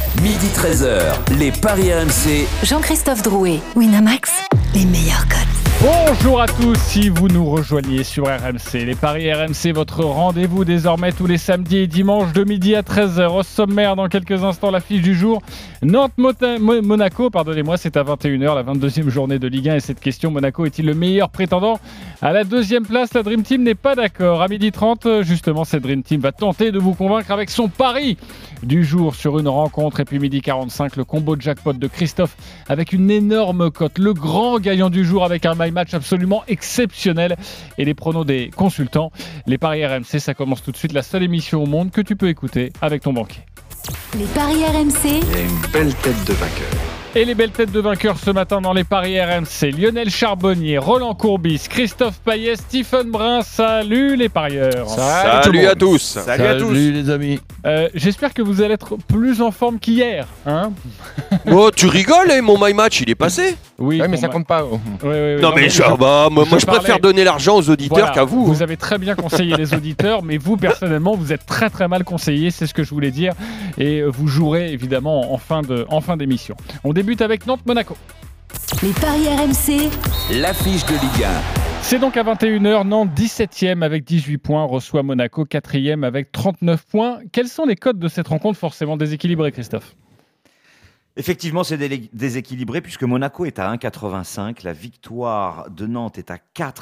Midi 13h, les Paris RMC. Jean-Christophe Drouet, Winamax, les meilleurs codes. Bonjour à tous, si vous nous rejoignez sur RMC. Les Paris RMC, votre rendez-vous désormais tous les samedis et dimanches de midi à 13h. Au sommaire, dans quelques instants, l'affiche du jour. Nantes-Monaco, c'est à 21h, la 22e journée de Ligue 1. Et cette question, Monaco est-il le meilleur prétendant à la deuxième place? La Dream Team n'est pas d'accord. À 12h30, justement, cette Dream Team va tenter de vous convaincre avec son pari du jour sur une rencontre. Et puis 12h45, le combo de jackpot de Christophe avec une énorme cote. Le grand gagnant du jour avec un match absolument exceptionnel et les pronos des consultants. Les Paris RMC, ça commence tout de suite, la seule émission au monde que tu peux écouter avec ton banquier. Les Paris RMC. Il y a une belle tête de vainqueur. Et les belles têtes de vainqueurs ce matin dans les Paris RMC. Lionel Charbonnier, Roland Courbis, Christophe Payet, Stephen Brun. Salut les parieurs. Salut à tous. Salut les amis. J'espère que vous allez être plus en forme qu'hier. Hein Oh, tu rigoles, mon My Match, il est passé. Oui, mais ça compte pas. Oui, Non, mais moi je préfère donner l'argent aux auditeurs voilà, qu'à vous. Vous avez très bien conseillé les auditeurs, mais vous, personnellement, vous êtes très très mal conseillé, c'est ce que je voulais dire. Et vous jouerez évidemment en fin d'émission. On débute avec Nantes-Monaco. Les Paris RMC. L'affiche de Ligue 1. C'est donc à 21h, Nantes 17e avec 18 points, reçoit Monaco 4e avec 39 points. Quels sont les codes de cette rencontre forcément déséquilibrée, Christophe ? Effectivement, c'est déséquilibré puisque Monaco est à 1,85, la victoire de Nantes est à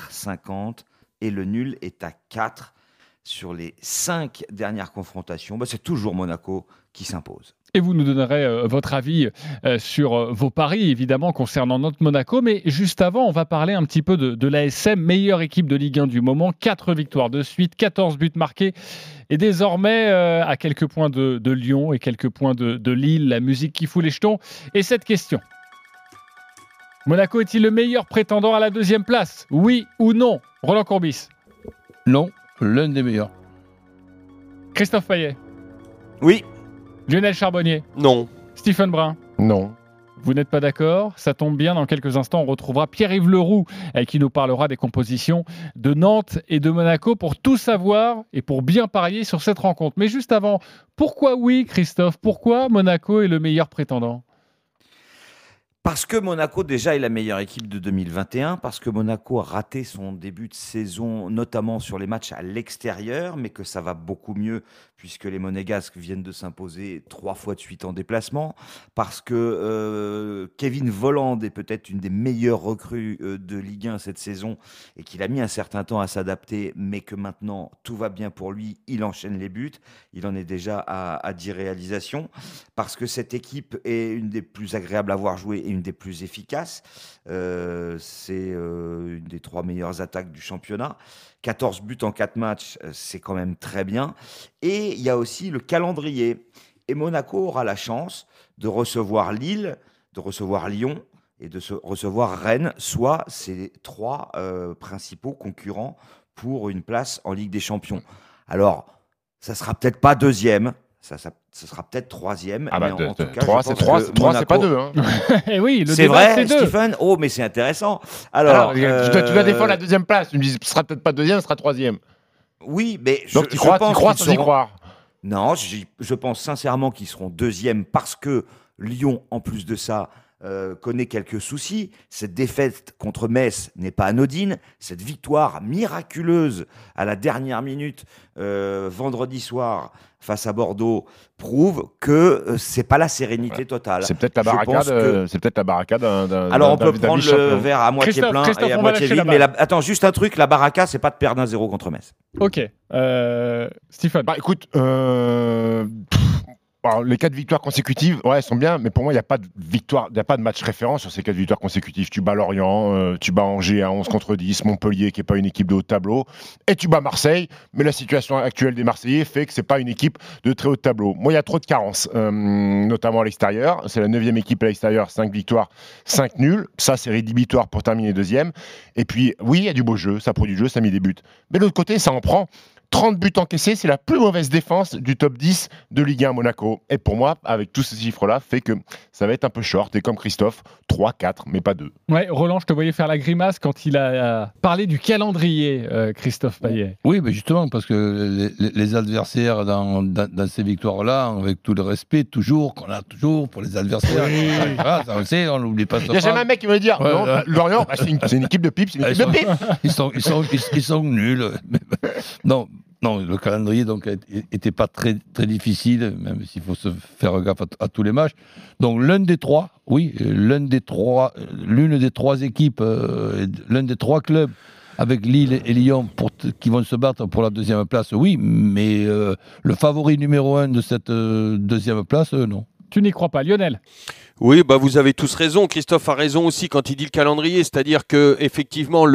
4,50 et le nul est à 4. Sur les 5 dernières confrontations, c'est toujours Monaco qui s'impose. Et vous nous donnerez votre avis sur vos paris, évidemment, concernant Nantes-Monaco. Mais juste avant, on va parler un petit peu de l'ASM, meilleure équipe de Ligue 1 du moment. 4 victoires de suite, 14 buts marqués. Et désormais, à quelques points de Lyon et quelques points de Lille, la musique qui fout les jetons. Et cette question. Monaco est-il le meilleur prétendant à la deuxième place? Oui ou non? Roland Courbis. Non, l'un des meilleurs. Christophe Payet. Oui. Lionel Charbonnier. Non. Stephen Brun. Non. Vous n'êtes pas d'accord? Ça tombe bien, dans quelques instants, on retrouvera Pierre-Yves Leroux qui nous parlera des compositions de Nantes et de Monaco pour tout savoir et pour bien parier sur cette rencontre. Mais juste avant, pourquoi oui, Christophe? Pourquoi Monaco est le meilleur prétendant? Parce que Monaco, déjà, est la meilleure équipe de 2021, parce que Monaco a raté son début de saison, notamment sur les matchs à l'extérieur, mais que ça va beaucoup mieux puisque les Monégasques viennent de s'imposer 3 fois de suite en déplacement, parce que Kevin Volland est peut-être une des meilleures recrues de Ligue 1 cette saison et qu'il a mis un certain temps à s'adapter, mais que maintenant tout va bien pour lui, il enchaîne les buts, il en est déjà à 10 réalisations, parce que cette équipe est une des plus agréables à voir jouer et une des plus efficaces. C'est une des 3 meilleures attaques du championnat. 14 buts en 4 matchs, c'est quand même très bien. Et il y a aussi le calendrier. Et Monaco aura la chance de recevoir Lille, de recevoir Lyon et de recevoir Rennes, soit ces 3 principaux concurrents pour une place en Ligue des Champions. Alors, ça ne sera peut-être pas deuxième, ça sera peut-être troisième. Ah mais en tout cas, 3, c'est 3, Monaco... c'est pas 2. Hein. Et oui, le c'est débat, vrai, c'est 2. Stephen. Oh, mais c'est intéressant. Alors, tu dois défendre la deuxième place. Tu me dis, ce sera peut-être pas deuxième, ce sera troisième. Oui, mais donc tu crois sans y croire. Non, je pense sincèrement qu'ils seront deuxième parce que Lyon, en plus de ça, connaît quelques soucis. Cette défaite contre Metz n'est pas anodine. Cette victoire miraculeuse à la dernière minute vendredi soir face à Bordeaux prouve que c'est pas la sérénité totale. C'est peut-être la barricade. C'est peut-être la barricade d'un. Alors on peut prendre le verre à moitié plein Christophe, et à moitié vide. Mais attends, juste un truc, la baraka, c'est pas de perdre 1-0 contre Metz. Ok, Stephen. Bah écoute. Alors, les 4 victoires consécutives, ouais, elles sont bien, mais pour moi, il n'y a pas de victoire, il n'y a pas de match référence sur ces 4 victoires consécutives. Tu bats Lorient, tu bats Angers à 11 contre 10, Montpellier qui n'est pas une équipe de haut tableau, et tu bats Marseille, mais la situation actuelle des Marseillais fait que ce n'est pas une équipe de très haut tableau. Moi, il y a trop de carences, notamment à l'extérieur. C'est la 9e équipe à l'extérieur, 5 victoires, 5 nuls. Ça, c'est rédhibitoire pour terminer deuxième. Et puis, oui, il y a du beau jeu, ça produit du jeu, ça a mis des buts. Mais de l'autre côté, ça en prend 30 buts encaissés, c'est la plus mauvaise défense du top 10 de Ligue 1 Monaco. Et pour moi, avec tous ces chiffres-là, fait que ça va être un peu short. Et comme Christophe, 3, 4, mais pas 2. Ouais, Roland, je te voyais faire la grimace quand il a parlé du calendrier, Christophe Payet. Oui, mais justement, parce que les adversaires dans ces victoires-là, avec tout le respect toujours qu'on a toujours pour les adversaires, ça, on le sait, on n'oublie pas ça. Il n'y a jamais un mec qui me dire non, Lorient, c'est une équipe de pipe, c'est une équipe de pipe. Ils sont nuls. Non, le calendrier donc était pas très très difficile, même s'il faut se faire gaffe à tous les matchs. Donc l'une des trois équipes, l'un des trois clubs avec Lille et Lyon qui vont se battre pour la deuxième place, oui, mais le favori numéro 1 de cette deuxième place, non. Tu n'y crois pas, Lionel? Oui, vous avez tous raison. Christophe a raison aussi quand il dit le calendrier, c'est-à-dire que effectivement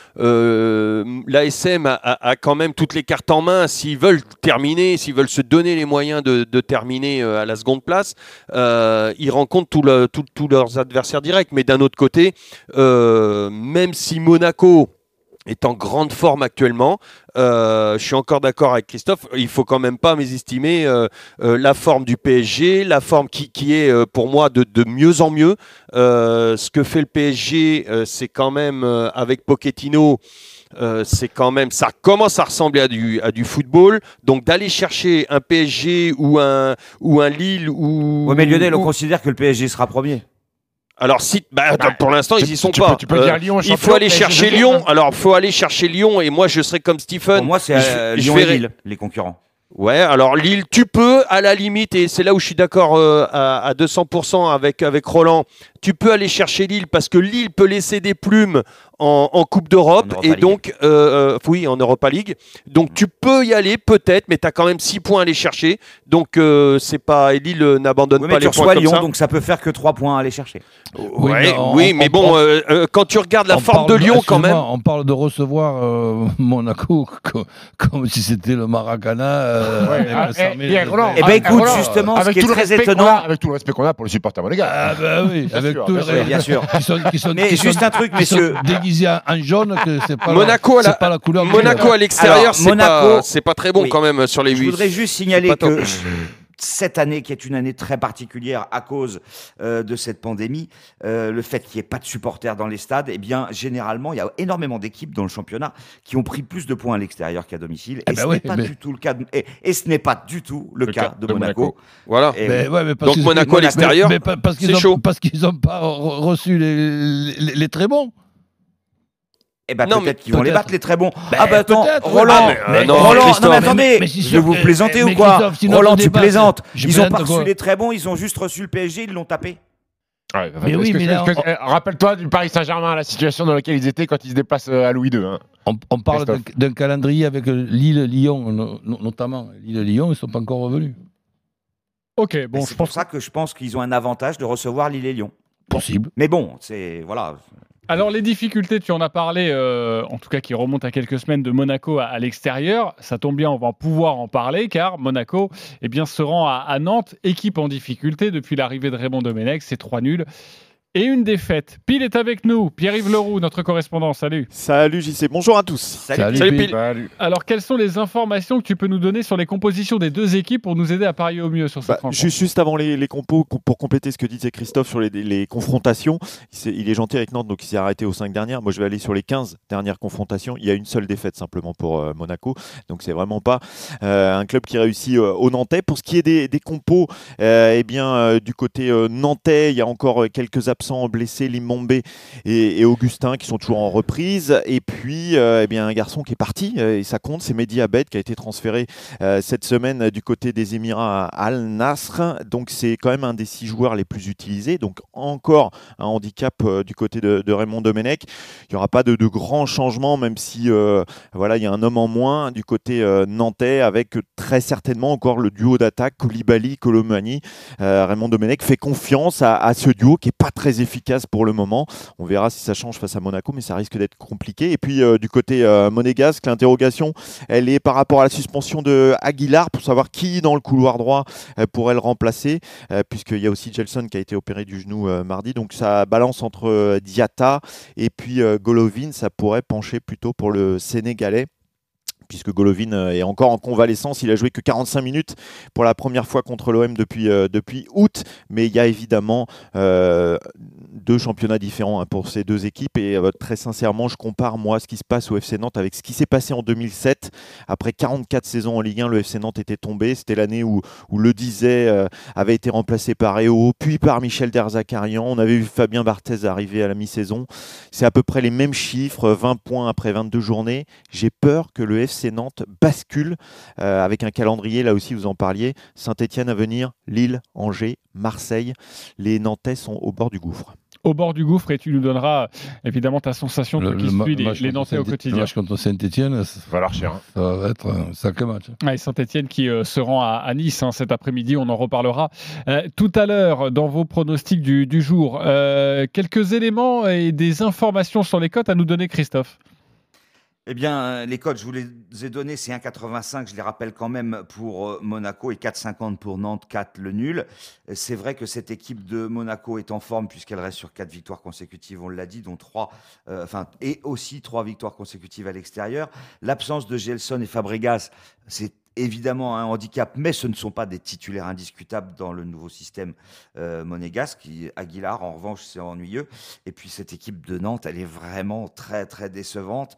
l'ASM a quand même toutes les cartes en main s'ils veulent terminer, s'ils veulent se donner les moyens de terminer à la seconde place. Ils rencontrent tous leurs adversaires directs, mais d'un autre côté, même si Monaco est en grande forme actuellement. Je suis encore d'accord avec Christophe. Il ne faut quand même pas mésestimer la forme du PSG, la forme qui est pour moi de mieux en mieux. Ce que fait le PSG, c'est quand même avec Pochettino. C'est quand même, ça commence à ressembler à du football. Donc d'aller chercher un PSG ou un Lille ou. Ouais, mais Lionel, on considère que le PSG sera premier. Alors pour l'instant ils y sont pas. Tu peux dire Lyon, il faut aller chercher Lyon. Alors faut aller chercher Lyon et moi je serai comme Stephen. Pour moi c'est Lyon et Lille les concurrents. Ouais, alors Lille, tu peux à la limite, et c'est là où je suis d'accord à 200% avec Roland, tu peux aller chercher Lille parce que Lille peut laisser des plumes en Coupe d'Europe et donc oui, en Europa League. Donc tu peux y aller peut-être, mais tu as quand même 6 points à aller chercher. Donc c'est pas, et Lille n'abandonne pas les points comme Lyon, ça. donc ça peut faire que 3 points à aller chercher. Oui, mais bon, quand tu regardes la forme de Lyon quand même. On parle de recevoir Monaco comme si c'était le Maracana. Écoute, justement, ce qui est très étonnant. Avec tout le respect qu'on a pour les supporters monégasques. Ah bah oui, avec tout le respect. Bien sûr. Mais juste un truc, messieurs. Déguisés en jaune, que c'est pas Monaco, pas la couleur. Monaco à l'extérieur, c'est pas très bon quand même sur les 8. Je voudrais juste signaler que cette année, qui est une année très particulière à cause de cette pandémie, le fait qu'il n'y ait pas de supporters dans les stades, eh bien, généralement, il y a énormément d'équipes dans le championnat qui ont pris plus de points à l'extérieur qu'à domicile. Et ce n'est pas du tout le cas. Et ce n'est pas du tout le cas de Monaco. Voilà. Donc Monaco à l'extérieur, c'est chaud. Parce qu'ils n'ont pas reçu les très bons. Eh ben peut-être qu'ils vont les battre les très bons. Attends, Roland, non mais attendez, vous plaisantez ou quoi? Roland, tu plaisantes. Ils n'ont pas reçu les très bons, ils ont juste reçu le PSG, ils l'ont tapé. Rappelle-toi du Paris Saint-Germain, la situation dans laquelle ils étaient quand ils se déplacent à Louis II. Hein. On parle d'un calendrier avec Lille-Lyon, notamment. Lille-Lyon, ils ne sont pas encore revenus. Ok, bon, c'est pour ça que je pense qu'ils ont un avantage de recevoir Lille et Lyon. Possible. Mais bon, c'est voilà. Alors les difficultés, tu en as parlé, en tout cas qui remontent à quelques semaines de Monaco à l'extérieur. Ça tombe bien, on va pouvoir en parler car Monaco se rend à Nantes, équipe en difficulté depuis l'arrivée de Raymond Domenech, c'est 3 nuls. Et une défaite. Pile est avec nous. Pierre-Yves Leroux, notre correspondant. Salut. Salut JC. Bonjour à tous. Salut Pile. Alors, quelles sont les informations que tu peux nous donner sur les compositions des deux équipes pour nous aider à parier au mieux sur cette rencontre? Juste avant les compos, pour compléter ce que disait Christophe sur les confrontations, il est gentil avec Nantes, donc il s'est arrêté aux 5 dernières. Moi, je vais aller sur les 15 dernières confrontations. Il y a une seule défaite simplement pour Monaco. Donc, c'est vraiment pas un club qui réussit au Nantais. Pour ce qui est des compos, du côté nantais, il y a encore quelques absents blessés, Limombe et Augustin qui sont toujours en reprise, et puis un garçon qui est parti et ça compte, c'est Mehdi Abed qui a été transféré cette semaine du côté des Émirats à Al Nasr, donc c'est quand même un des 6 joueurs les plus utilisés, donc encore un handicap du côté de Raymond Domenech. Il n'y aura pas de grands changements, même si il y a un homme en moins du côté nantais, avec très certainement encore le duo d'attaque Koulibaly-Colomani. Raymond Domenech fait confiance à ce duo qui n'est pas très efficace pour le moment. On verra si ça change face à Monaco, mais ça risque d'être compliqué. Et puis du côté monégasque, l'interrogation, elle est par rapport à la suspension de Aguilar, pour savoir qui dans le couloir droit pourrait le remplacer, puisqu'il y a aussi Gelson qui a été opéré du genou mardi. Donc ça balance entre Diatta et puis Golovin. Ça pourrait pencher plutôt pour le Sénégalais. puisque Golovin est encore en convalescence. Il a joué que 45 minutes pour la première fois contre l'OM depuis août. Mais il y a évidemment 2 championnats différents pour ces 2 équipes. Et très sincèrement, je compare moi ce qui se passe au FC Nantes avec ce qui s'est passé en 2007. Après 44 saisons en Ligue 1, le FC Nantes était tombé. C'était l'année où Le Disait avait été remplacé par Eo, puis par Michel Derzakarian. On avait vu Fabien Barthez arriver à la mi-saison. C'est à peu près les mêmes chiffres, 20 points après 22 journées. J'ai peur que le FC Nantes bascule avec un calendrier, là aussi vous en parliez, Saint-Etienne à venir, Lille, Angers, Marseille. Les Nantais sont au bord du gouffre. Au bord du gouffre, et tu nous donneras évidemment ta sensation qui suit les Nantais au quotidien. Le match contre Saint-Etienne, ça va être un sacré match. Ouais, Saint-Etienne qui se rend à Nice cet après-midi, on en reparlera tout à l'heure dans vos pronostics du jour. Quelques éléments et des informations sur les cotes à nous donner, Christophe. Eh bien, les cotes, je vous les ai donnés, c'est 1,85, je les rappelle quand même pour Monaco et 4,50 pour Nantes, 4 le nul. C'est vrai que cette équipe de Monaco est en forme puisqu'elle reste sur 4 victoires consécutives, on l'a dit, dont 3 victoires consécutives à l'extérieur. L'absence de Gelson et Fabregas, c'est évidemment un handicap, mais ce ne sont pas des titulaires indiscutables dans le nouveau système monégasque. Aguilar, en revanche, c'est ennuyeux. Et puis cette équipe de Nantes, elle est vraiment très, très décevante.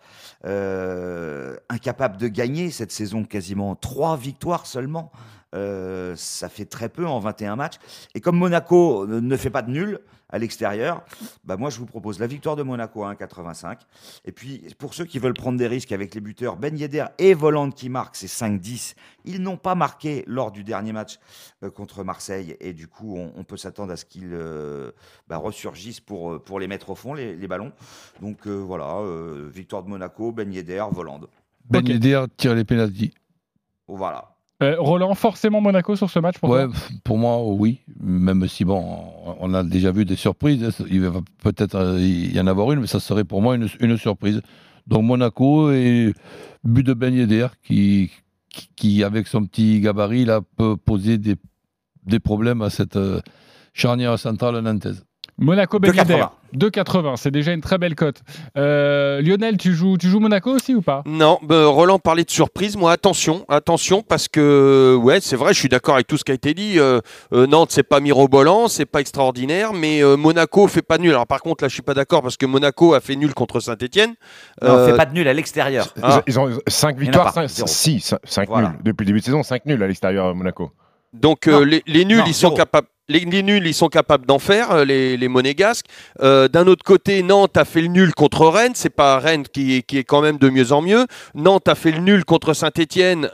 Incapable de gagner cette saison, quasiment 3 victoires seulement. Ça fait très peu en 21 matchs. Et comme Monaco ne fait pas de nul à l'extérieur, moi je vous propose la victoire de Monaco à 1,85. Et puis pour ceux qui veulent prendre des risques avec les buteurs, Ben Yedder et Voland qui marquent, c'est 5-10. Ils n'ont pas marqué lors du dernier match contre Marseille. Et du coup, on peut s'attendre à ce qu'ils ressurgissent pour les mettre au fond, les ballons. Donc victoire de Monaco, Ben Yedder, Voland. Ben Yedder tire les pénaltys. Voilà. Roland, forcément Monaco sur ce match pour toi ? Pour moi, oui. Même si, on a déjà vu des surprises. Il va peut-être y en avoir une, mais ça serait pour moi une surprise. Donc Monaco et but de Ben Yedder qui, avec son petit gabarit, là, peut poser des problèmes à cette charnière centrale nantaise. Monaco Ben Yedder, 2,80, c'est déjà une très belle cote. Lionel, tu joues Monaco aussi ou pas ? Non, Roland parlait de surprise. Moi, attention, parce que c'est vrai, je suis d'accord avec tout ce qui a été dit. Nantes, c'est pas mirobolant, c'est pas extraordinaire, mais Monaco fait pas de nul. Alors par contre, là, je suis pas d'accord parce que Monaco a fait nul contre Saint-Etienne. Non, fait pas de nul à l'extérieur. Ils ont 5 victoires, 5 nuls depuis le début de saison, 5 nuls à l'extérieur Monaco. Donc les nuls, ils sont capables. Les nuls, ils sont capables d'en faire, les Monégasques. D'un autre côté, Nantes a fait le nul contre Rennes. C'est pas Rennes qui est quand même de mieux en mieux. Nantes a fait le nul contre Saint-Etienne,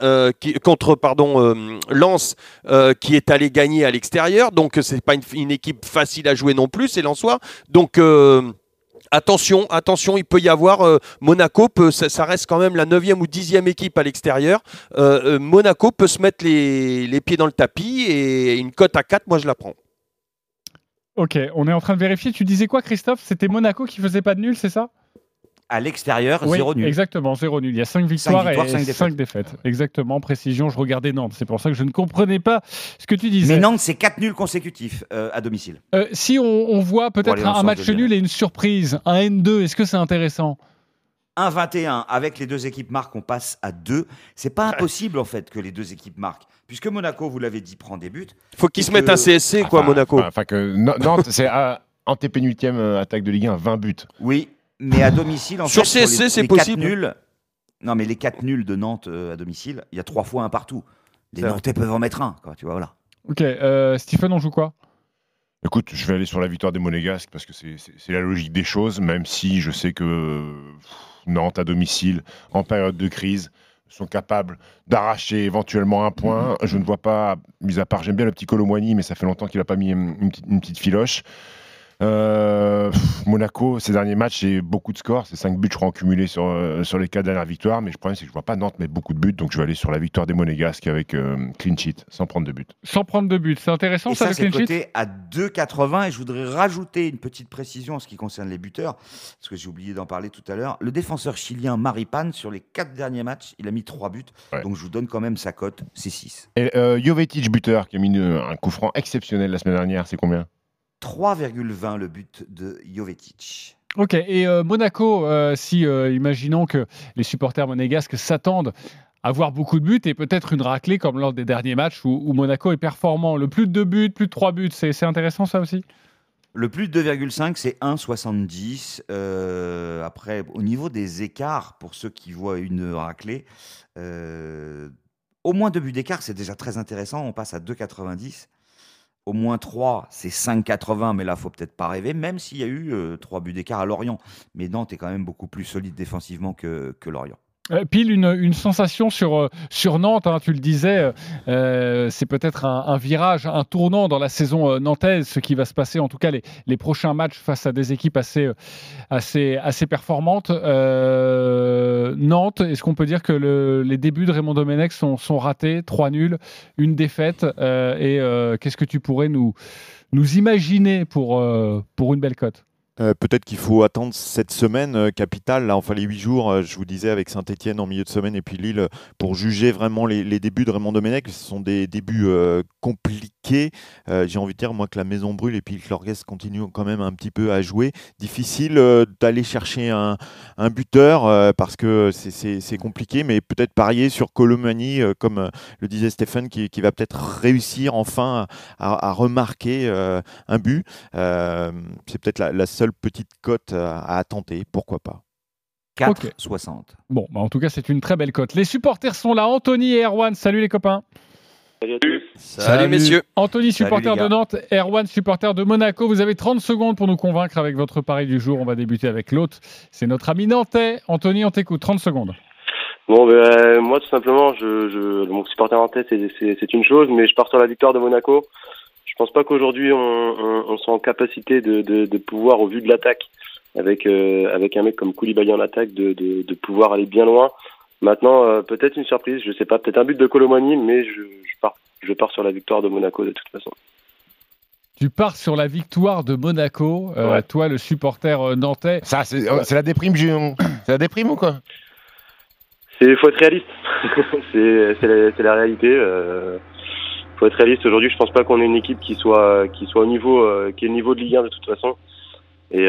Lens, qui est allé gagner à l'extérieur. Donc, c'est pas une équipe facile à jouer non plus, c'est Lensois. Donc, attention, il peut y avoir Monaco, ça reste quand même la 9e ou 10e équipe à l'extérieur. Monaco peut se mettre les pieds dans le tapis et une cote à 4, moi je la prends. Ok, on est en train de vérifier. Tu disais quoi, Christophe ? C'était Monaco qui faisait pas de nul, c'est ça ? À l'extérieur, 0 nul. Exactement, 0 nul. Il y a 5 victoires et 5 défaites. Exactement, précision. Je regardais Nantes. C'est pour ça que je ne comprenais pas ce que tu disais. Mais Nantes, c'est 4 nuls consécutifs à domicile. Si on voit peut-être un match nul et une surprise, un N2, est-ce que c'est intéressant ? 1-21, avec les 2 équipes marquent, on passe à 2. C'est pas impossible en fait que les 2 équipes marquent. Puisque Monaco, vous l'avez dit, prend des buts. Faut qu'ils se mettent un CSC, Monaco. Nantes, c'est antépénultième attaque de Ligue 1, 20 buts. Oui. Mais à domicile, sur CSC, c'est possible. Non, mais les 4 nuls de Nantes à domicile, il y a 3 fois un partout. Les Nantais peuvent en mettre un, quoi, tu vois, voilà. Ok, Stephen, on joue quoi ? Écoute, je vais aller sur la victoire des Monégasques parce que c'est la logique des choses, même si je sais que Nantes à domicile, en période de crise, sont capables d'arracher éventuellement un point. Je ne vois pas, mis à part, j'aime bien le petit Colomboigny, mais ça fait longtemps qu'il n'a pas mis une petite filoche. Monaco, ces derniers matchs, c'est beaucoup de scores. C'est 5 buts, je crois, en cumulé sur les 4 dernières victoires. Mais le problème, c'est que je ne vois pas Nantes mettre beaucoup de buts. Donc, je vais aller sur la victoire des Monégasques avec clean sheet, sans prendre de buts. Sans prendre de buts. C'est intéressant, ça, le clean sheet. C'est coté à 2,80. Et je voudrais rajouter une petite précision en ce qui concerne les buteurs, parce que j'ai oublié d'en parler tout à l'heure. Le défenseur chilien Maripan, sur les 4 derniers matchs, il a mis 3 buts. Ouais. Donc, je vous donne quand même sa cote, c'est 6. Et Jovetic, buteur, qui a mis un coup franc exceptionnel la semaine dernière, c'est combien ? 3,20 le but de Jovetic. Ok, et Monaco, si imaginons que les supporters monégasques s'attendent à voir beaucoup de buts et peut-être une raclée comme lors des derniers matchs où Monaco est performant. Le plus de 2 buts, plus de 3 buts, c'est intéressant ça aussi? Le plus de 2,5, c'est 1,70. Après, au niveau des écarts, pour ceux qui voient une raclée, au moins 2 buts d'écart, c'est déjà très intéressant. On passe à 2,90. Au moins 3, c'est 5,80, mais là, il ne faut peut-être pas rêver, même s'il y a eu 3 buts d'écart à Lorient. Mais Nantes est quand même beaucoup plus solide défensivement que Lorient. Pile, une sensation sur Nantes, hein, tu le disais, c'est peut-être un virage, un tournant dans la saison nantaise, ce qui va se passer, en tout cas les prochains matchs face à des équipes assez performantes. Nantes, est-ce qu'on peut dire que les débuts de Raymond Domenech sont ratés, 3 nuls, une défaite, et qu'est-ce que tu pourrais nous imaginer pour une belle cote? Peut-être qu'il faut attendre cette semaine capitale, là, enfin les 8 jours, je vous disais, avec Saint-Etienne en milieu de semaine et puis Lille, pour juger vraiment les débuts de Raymond Domenech. Ce sont des débuts compliqués. J'ai envie de dire, moi, que la maison brûle et puis que l'Orgues continue quand même un petit peu à jouer. Difficile d'aller chercher un buteur parce que c'est compliqué, mais peut-être parier sur Colomani, comme le disait Stéphane, qui va peut-être réussir enfin à remarquer un but. C'est peut-être la seule petite cote à tenter, pourquoi pas. 4,60. Okay. Bon, bah en tout cas, c'est une très belle cote. Les supporters sont là. Anthony et Erwan, salut les copains. Salut à tous. Salut messieurs. Anthony, supporter de Nantes, Erwan, supporter de Monaco. Vous avez 30 secondes pour nous convaincre avec votre pari du jour. On va débuter avec l'autre. C'est notre ami nantais. Anthony, on t'écoute. 30 secondes. Bon, moi, tout simplement, mon supporter nantais, c'est une chose, mais je pars sur la victoire de Monaco. Je pense pas qu'aujourd'hui on soit en capacité de pouvoir, au vu de l'attaque, avec un mec comme Koulibaly en attaque, de pouvoir aller bien loin. Maintenant, peut-être une surprise, je sais pas, peut-être un but de Colomani, mais je pars sur la victoire de Monaco de toute façon. Tu pars sur la victoire de Monaco, ouais. Toi le supporter nantais. Ça, c'est la déprime, c'est la déprime ou quoi? Faut être réaliste. c'est la réalité. Faut être réaliste aujourd'hui. Je pense pas qu'on ait une équipe qui soit au niveau qui est le niveau de Ligue 1 de toute façon. Et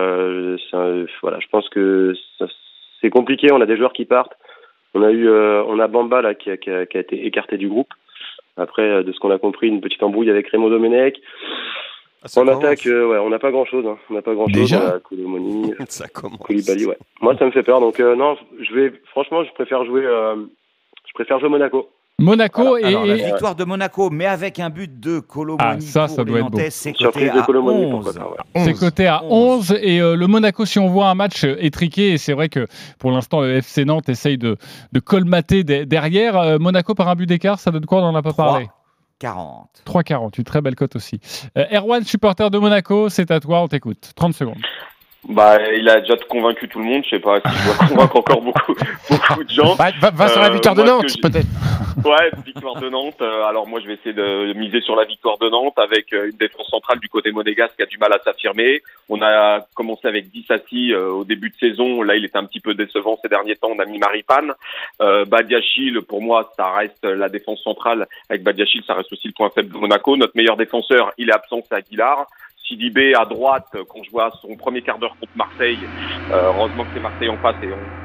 voilà, je pense que c'est compliqué. On a des joueurs qui partent. On a Bamba là qui a été écarté du groupe. Après, de ce qu'on a compris, une petite embrouille avec Raymond Domenech. En attaque, on n'a pas grand chose. Hein. On n'a pas grand chose. Déjà Koulibaly, Ça commence. Koulibaly, ouais. Moi, ça me fait peur. Donc non, franchement, je préfère jouer Monaco. Monaco voilà. Alors, la et victoire de Monaco, mais avec un but de Colomani ça pour doit les être beau. Nantais, c'est coté Surprise de à Colomani, 11. pourquoi pas, ouais. c'est coté à 11 et le Monaco, si on voit un match étriqué, et c'est vrai que pour l'instant le FC Nantes essaye de colmater derrière, Monaco par un but d'écart, ça donne quoi? On n'en a pas parlé. 40. 3,40, une très belle cote aussi. Erwan, supporter de Monaco, c'est à toi, on t'écoute. 30 secondes. Il a déjà convaincu tout le monde. Je sais pas si je dois convaincre encore beaucoup de gens. Va sur la victoire de Nantes, peut-être. Ouais, victoire de Nantes. Alors moi, je vais essayer de miser sur la victoire de Nantes avec une défense centrale du côté monégasque qui a du mal à s'affirmer. On a commencé avec Dissassi au début de saison. Là, il était un petit peu décevant ces derniers temps. On a mis Maripane. Badiachil, pour moi, ça reste la défense centrale. Avec Badiachil, ça reste aussi le point faible de Monaco. Notre meilleur défenseur, il est absent, c'est Aguilar. Sidibé à droite, quand je vois son premier quart d'heure contre Marseille, heureusement que c'est Marseille en face et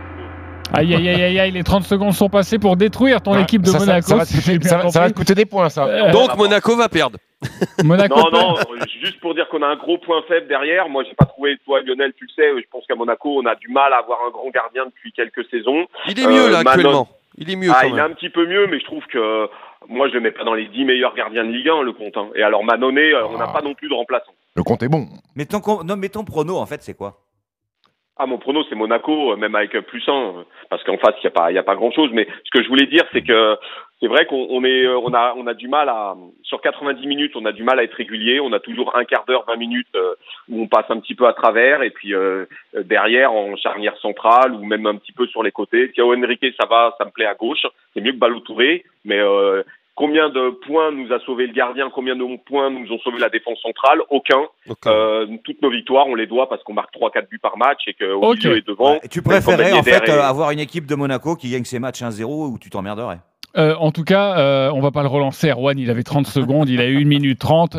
Aïe, les 30 secondes sont passées pour détruire ton équipe de Monaco. Ça va te coûter des points, ça. Donc Monaco va perdre. Monaco Non, juste pour dire qu'on a un gros point faible derrière. Moi, j'ai pas trouvé, toi Lionel, tu le sais, je pense qu'à Monaco, on a du mal à avoir un grand gardien depuis quelques saisons. Il est mieux là actuellement. Il est mieux quand même. Il est un petit peu mieux, mais je trouve que moi, je le mets pas dans les 10 meilleurs gardiens de Ligue 1, le compte. Hein. Et alors, Mannonnet, on n'a pas non plus de remplaçant. Le compte est bon. Mais ton prono, en fait, c'est quoi? Mon prono, c'est Monaco, même avec +1, parce qu'en face, il y a pas grand chose. Mais ce que je voulais dire, c'est que c'est vrai qu'on a du mal sur 90 minutes, on a du mal à être régulier. On a toujours un quart d'heure, 20 minutes où on passe un petit peu à travers, et puis derrière en charnière centrale ou même un petit peu sur les côtés. Thiago Henrique, ça me plaît à gauche. C'est mieux que Ballo Touré, mais combien de points nous a sauvé le gardien? Combien de points nous ont sauvé la défense centrale? Aucun. Toutes nos victoires, on les doit parce qu'on marque 3-4 buts par match et qu'au milieu et devant. Ouais, tu préférais en fait avoir une équipe de Monaco qui gagne ses matchs 1-0 où tu t'emmerderais? En tout cas, on va pas le relancer. Erwan, il avait 30 secondes, il a eu 1 minute 30.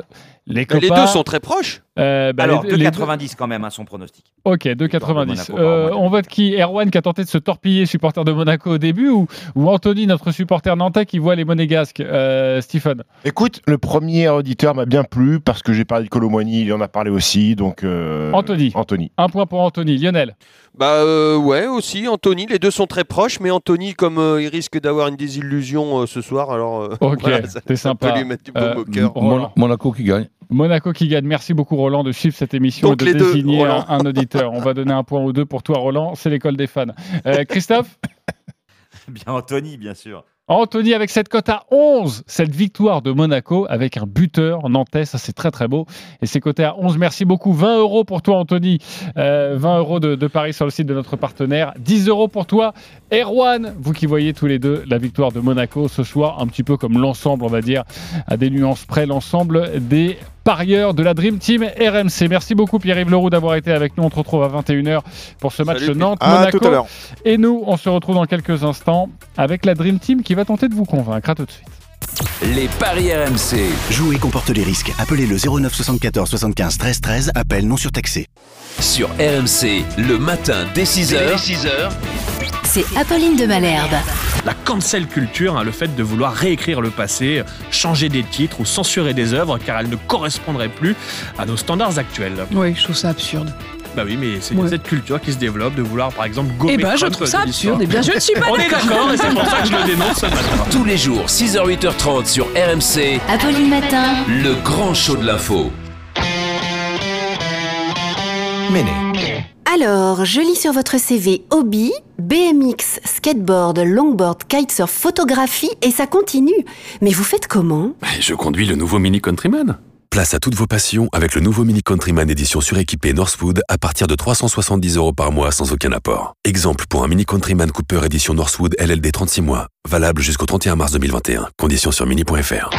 Les deux sont très proches. Alors, 2,90 quand même, son pronostic. Ok, 2,90. On vote qui? Erwan qui a tenté de se torpiller, supporter de Monaco au début, ou Anthony, notre supporter nantais, qui voit les Monégasques? Stephen? Écoute, le premier auditeur m'a bien plu parce que j'ai parlé de Kolo Muani, il en a parlé aussi. Donc, Anthony. Un point pour Anthony. Lionel? Ouais, aussi, Anthony. Les deux sont très proches, mais Anthony, comme il risque d'avoir une désillusion ce soir, alors ok, voilà, c'est sympa. Ça peut lui mettre du baume au cœur. Monaco qui gagne. Monaco qui gagne. Merci beaucoup Roland de suivre cette émission Donc et de désigner deux, un auditeur. On va donner un point ou deux pour toi Roland, c'est l'école des fans. Christophe? Bien Anthony, bien sûr. Anthony avec cette cote à 11, cette victoire de Monaco avec un buteur nantais, ça c'est très très beau. Et c'est coté à 11, merci beaucoup. 20 € pour toi Anthony, 20 € de paris sur le site de notre partenaire. 10 € pour toi Erwan, vous qui voyez tous les deux la victoire de Monaco ce soir, un petit peu comme l'ensemble on va dire, à des nuances près, l'ensemble des parieurs de la Dream Team RMC. Merci beaucoup Pierre-Yves Leroux d'avoir été avec nous. On te retrouve à 21h pour ce match Nantes-Monaco. Tout à l'heure. Et nous, on se retrouve dans quelques instants avec la Dream Team qui va tenter de vous convaincre. À tout de suite. Les paris RMC. Jouer comporte les risques. Appelez le 09 74 75 13 13. Appel non surtaxé. Sur RMC, le matin dès 6h. C'est Apolline de Malherbe. La cancel culture, le fait de vouloir réécrire le passé, changer des titres ou censurer des œuvres car elles ne correspondraient plus à nos standards actuels. Oui, je trouve ça absurde. Bah oui, mais c'est cette culture qui se développe de vouloir par exemple gommer. Eh ben, je trouve ça absurde. Eh bien, je ne suis pas d'accord. On est d'accord et c'est pour ça que je le dénonce ce matin. Tous les jours, 6h, 8h30 sur RMC. Apolline Matin. Le grand show de l'info. Méné. Alors, je lis sur votre CV hobby, BMX, skateboard, longboard, kitesurf, photographie et ça continue. Mais vous faites comment? Je conduis le nouveau Mini Countryman. Place à toutes vos passions avec le nouveau Mini Countryman édition suréquipée Northwood à partir de 370 € par mois sans aucun apport. Exemple pour un Mini Countryman Cooper édition Northwood LLD 36 mois. Valable jusqu'au 31 mars 2021. Conditions sur mini.fr.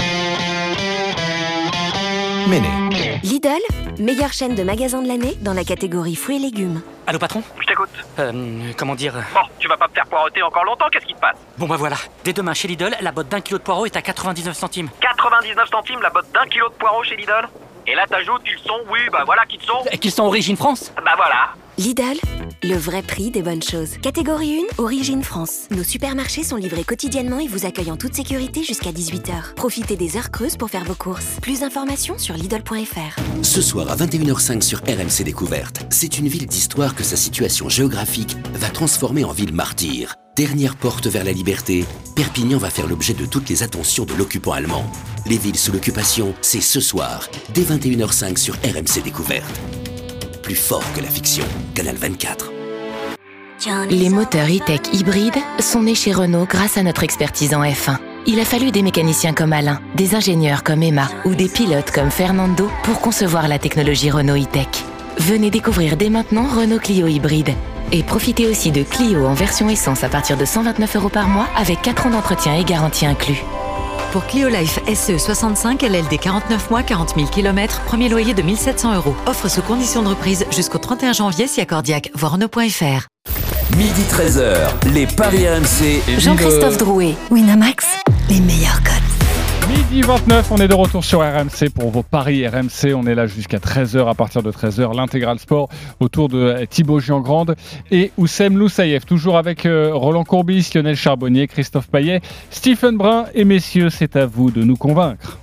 Méné. Lidl, meilleure chaîne de magasins de l'année dans la catégorie fruits et légumes. Allô patron? Je t'écoute. Comment dire? Bon, tu vas pas me faire poireauter encore longtemps, qu'est-ce qui te passe? Bon bah voilà, dès demain chez Lidl, la botte d'1 kilo de poireaux est à 99 centimes. 99 centimes la botte d'1 kilo de poireaux chez Lidl? Et là t'ajoutes qu'ils sont, oui, bah voilà, qu'ils sont. Qu'ils sont Origine France? Bah voilà. Lidl, le vrai prix des bonnes choses. Catégorie 1, Origine France. Nos supermarchés sont livrés quotidiennement et vous accueillent en toute sécurité jusqu'à 18h. Profitez des heures creuses pour faire vos courses. Plus d'informations sur Lidl.fr. Ce soir à 21h05 sur RMC Découverte, c'est une ville d'histoire que sa situation géographique va transformer en ville martyre. Dernière porte vers la liberté, Perpignan va faire l'objet de toutes les attentions de l'occupant allemand. Les villes sous l'occupation, c'est ce soir, dès 21h05 sur RMC Découverte. Plus fort que la fiction, Canal 24. Les moteurs e-tech hybrides sont nés chez Renault grâce à notre expertise en F1. Il a fallu des mécaniciens comme Alain, des ingénieurs comme Emma ou des pilotes comme Fernando pour concevoir la technologie Renault e-tech. Venez découvrir dès maintenant Renault Clio hybride. Et profitez aussi de Clio en version essence à partir de 129 € par mois avec 4 ans d'entretien et garantie inclus. Pour Clio Life SE 65 LLD 49 mois, 40 000 km, premier loyer de 1 700 €. Offre sous condition de reprise jusqu'au 31 janvier si accordiaque. Voir Renault.fr. Midi 13h, les paris RMC. Jean-Christophe Drouet, Winamax, les meilleurs cotes. Midi 29, on est de retour sur RMC pour vos paris RMC. On est là jusqu'à 13h, à partir de 13h, l'intégral sport autour de Thibaut Giangrande et Oussem Loussaïef. Toujours avec Roland Courbis, Lionel Charbonnier, Christophe Payet, Stephen Brun. Et messieurs, c'est à vous de nous convaincre.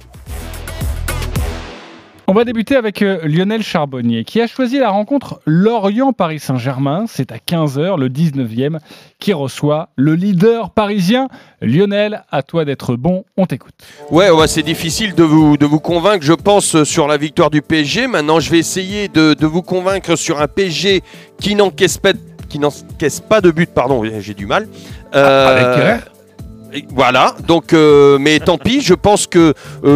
On va débuter avec Lionel Charbonnier qui a choisi la rencontre Lorient-Paris Saint-Germain. C'est à 15h, le 19e, qui reçoit le leader parisien. Lionel, à toi d'être bon, on t'écoute. Ouais, c'est difficile de vous convaincre, je pense, sur la victoire du PSG. Maintenant, je vais essayer de vous convaincre sur un PSG qui n'encaisse pas de but, pardon, j'ai du mal. Voilà, donc, mais tant pis, je pense que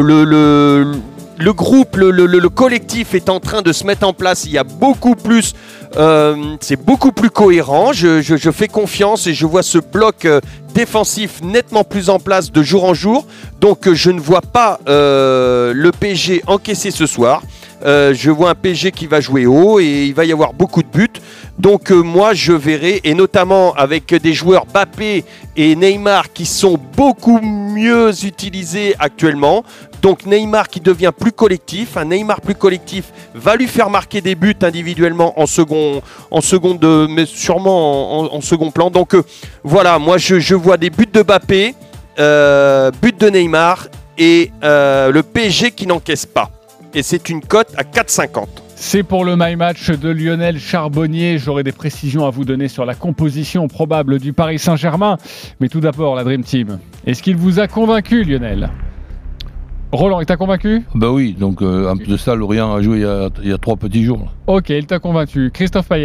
le groupe, le collectif est en train de se mettre en place. Il y a beaucoup plus, c'est beaucoup plus cohérent. Je fais confiance et je vois ce bloc défensif nettement plus en place de jour en jour. Donc je ne vois pas le PSG encaisser ce soir. Je vois un PSG qui va jouer haut et il va y avoir beaucoup de buts. Donc moi je verrai, et notamment avec des joueurs Mbappé et Neymar qui sont beaucoup mieux utilisés actuellement. Donc Neymar qui devient plus collectif, un Neymar plus collectif va lui faire marquer des buts individuellement en seconde, mais sûrement en second plan. Donc voilà, moi je vois des buts de Mbappé, buts de Neymar et le PSG qui n'encaisse pas. Et c'est une cote à 4,50. C'est pour le My Match de Lionel Charbonnier. J'aurai des précisions à vous donner sur la composition probable du Paris Saint-Germain. Mais tout d'abord, la Dream Team. Est-ce qu'il vous a convaincu, Lionel ? Roland, il t'a convaincu ? Bah oui, donc en plus de ça, Lorient a joué il y a 3 petits jours. Là. Ok, il t'a convaincu. Christophe Payet ?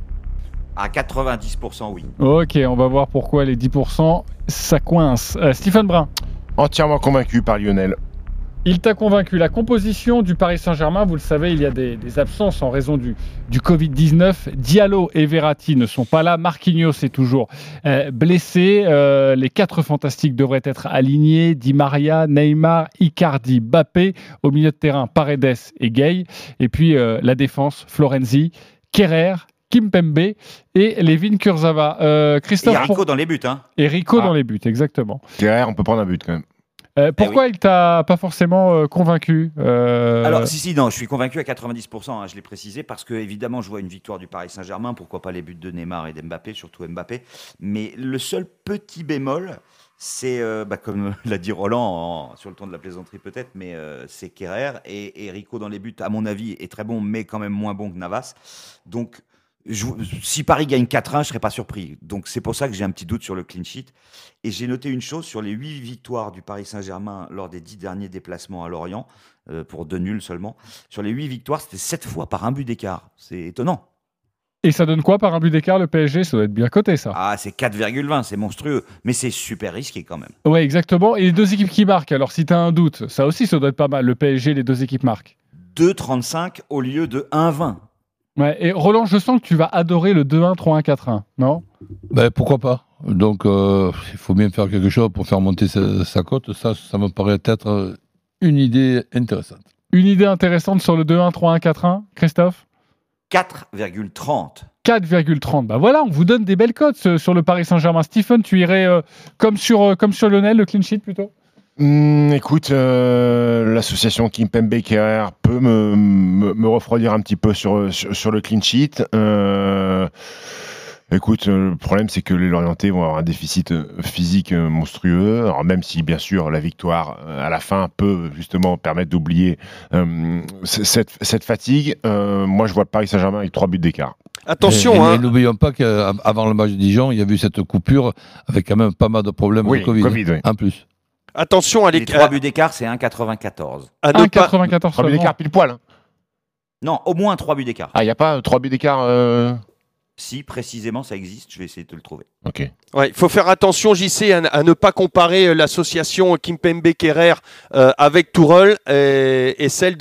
À 90%, oui. Ok, on va voir pourquoi les 10%, ça coince. Stephen Brun ? Entièrement convaincu par Lionel. Il t'a convaincu. La composition du Paris Saint-Germain, vous le savez, il y a des absences en raison du Covid-19. Diallo et Verratti ne sont pas là. Marquinhos est toujours blessé. Les 4 fantastiques devraient être alignés. Di Maria, Neymar, Icardi, Mbappé. Au milieu de terrain, Paredes et Gay. Et puis la défense, Florenzi, Kerrer, Kimpembe et Levin Kurzawa. Christophe, et Rico dans les buts. Hein. Et Rico dans les buts, exactement. Kerrer, on peut prendre un but quand même. Pourquoi il t'a pas forcément convaincu Alors, non, je suis convaincu à 90%, hein, je l'ai précisé, parce que évidemment, je vois une victoire du Paris Saint-Germain, pourquoi pas les buts de Neymar et d'Mbappé, surtout Mbappé. Mais le seul petit bémol, c'est, comme l'a dit Roland, sur le ton de la plaisanterie peut-être, mais c'est Kerrer et Rico dans les buts, à mon avis, est très bon, mais quand même moins bon que Navas. Donc, si Paris gagne 4-1, je ne serais pas surpris. Donc c'est pour ça que j'ai un petit doute sur le clean sheet. Et j'ai noté une chose sur les 8 victoires du Paris Saint-Germain lors des 10 derniers déplacements à Lorient, pour 2 nuls seulement. Sur les 8 victoires, c'était 7 fois par un but d'écart. C'est étonnant. Et ça donne quoi par un but d'écart, le PSG ? Ça doit être bien coté, ça. Ah, c'est 4,20, c'est monstrueux. Mais c'est super risqué quand même. Ouais, exactement. Et les 2 équipes qui marquent, alors si tu as un doute, ça aussi, ça doit être pas mal. Le PSG, les 2 équipes marquent. 2,35 au lieu de 1,20. Ouais, et Roland, je sens que tu vas adorer le 2-1, 3-1, 4-1, non ? Pourquoi pas ? Donc, il faut bien faire quelque chose pour faire monter sa cote. Ça me paraît être une idée intéressante. Une idée intéressante sur le 2-1, 3-1, 4-1, Christophe ? 4,30. 4,30. Bah voilà, on vous donne des belles cotes sur le Paris Saint-Germain. Stephen, tu irais comme sur Lionel, le clean sheet plutôt ? Écoute, l'association Kimpembe-Kerrer peut me refroidir un petit peu sur le clean sheet. Écoute, le problème, c'est que les Lorientais vont avoir un déficit physique monstrueux. Alors, même si, bien sûr, la victoire à la fin peut justement permettre d'oublier cette fatigue, moi, je vois le Paris Saint-Germain avec 3 buts d'écart. Attention, et n'oublions pas qu'avant le match de Dijon, il y a eu cette coupure avec quand même pas mal de problèmes de Covid. Oui. En plus. Attention à les 3 buts d'écart, c'est 1,94. 1,94. 3 buts d'écart pile poil. Hein. Non, au moins 3 buts d'écart. Ah, il n'y a pas 3 buts d'écart Si, précisément, ça existe. Je vais essayer de te le trouver. Ok. Ouais, il faut faire attention, JC, à ne pas comparer l'association Kimpembe-Kerrer avec Tourelle et celle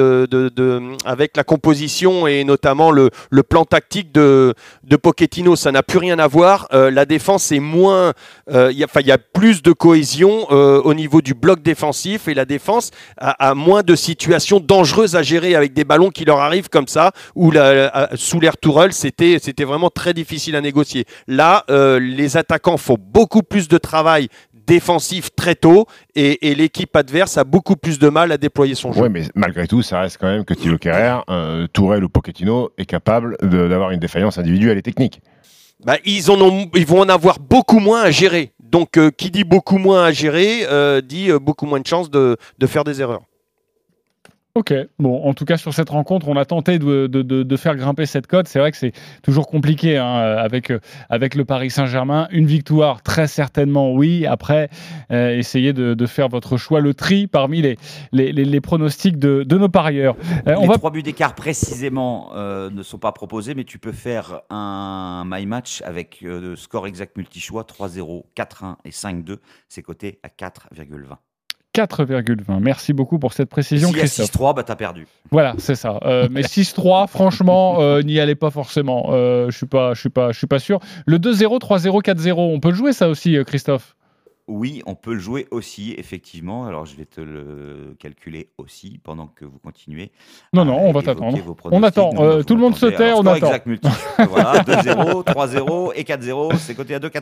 avec la composition et notamment le plan tactique de Pochettino. Ça n'a plus rien à voir. La défense est moins... Il y a plus de cohésion au niveau du bloc défensif et la défense a moins de situations dangereuses à gérer avec des ballons qui leur arrivent comme ça, où sous l'ère Tourelle, c'était vraiment très difficile à négocier. Là, les attaquants font beaucoup plus de travail défensif très tôt et l'équipe adverse a beaucoup plus de mal à déployer son jeu. Oui, mais malgré tout, ça reste quand même que Thilo Kerrer, Tourelle ou Pochettino est capable d'avoir une défaillance individuelle et technique. Ils vont en avoir beaucoup moins à gérer. Donc, qui dit beaucoup moins à gérer, dit beaucoup moins de chances de faire des erreurs. Ok, bon, en tout cas sur cette rencontre, on a tenté de faire grimper cette cote. C'est vrai que c'est toujours compliqué avec le Paris Saint-Germain. Une victoire, très certainement, oui. Après, essayez de faire votre choix, le tri parmi les pronostics de nos parieurs. Les 3 buts d'écart précisément ne sont pas proposés, mais tu peux faire un my match avec score exact multi-choix 3-0, 4-1 et 5-2. C'est coté à 4,20. 4,20. Merci beaucoup pour cette précision, Christophe. Si 6-3, t'as perdu. Voilà, c'est ça. Mais 6-3, franchement, n'y allez pas forcément. Je suis pas sûr. Le 2-0, 3-0, 4-0, on peut le jouer ça aussi, Christophe? Oui, on peut le jouer aussi, effectivement. Alors, je vais te le calculer aussi pendant que vous continuez. Non, on va t'attendre. On attend. Tout le monde se tait, on attend. Exact multi. Voilà, 2-0, 3-0 et 4-0, c'est coté à 2,80.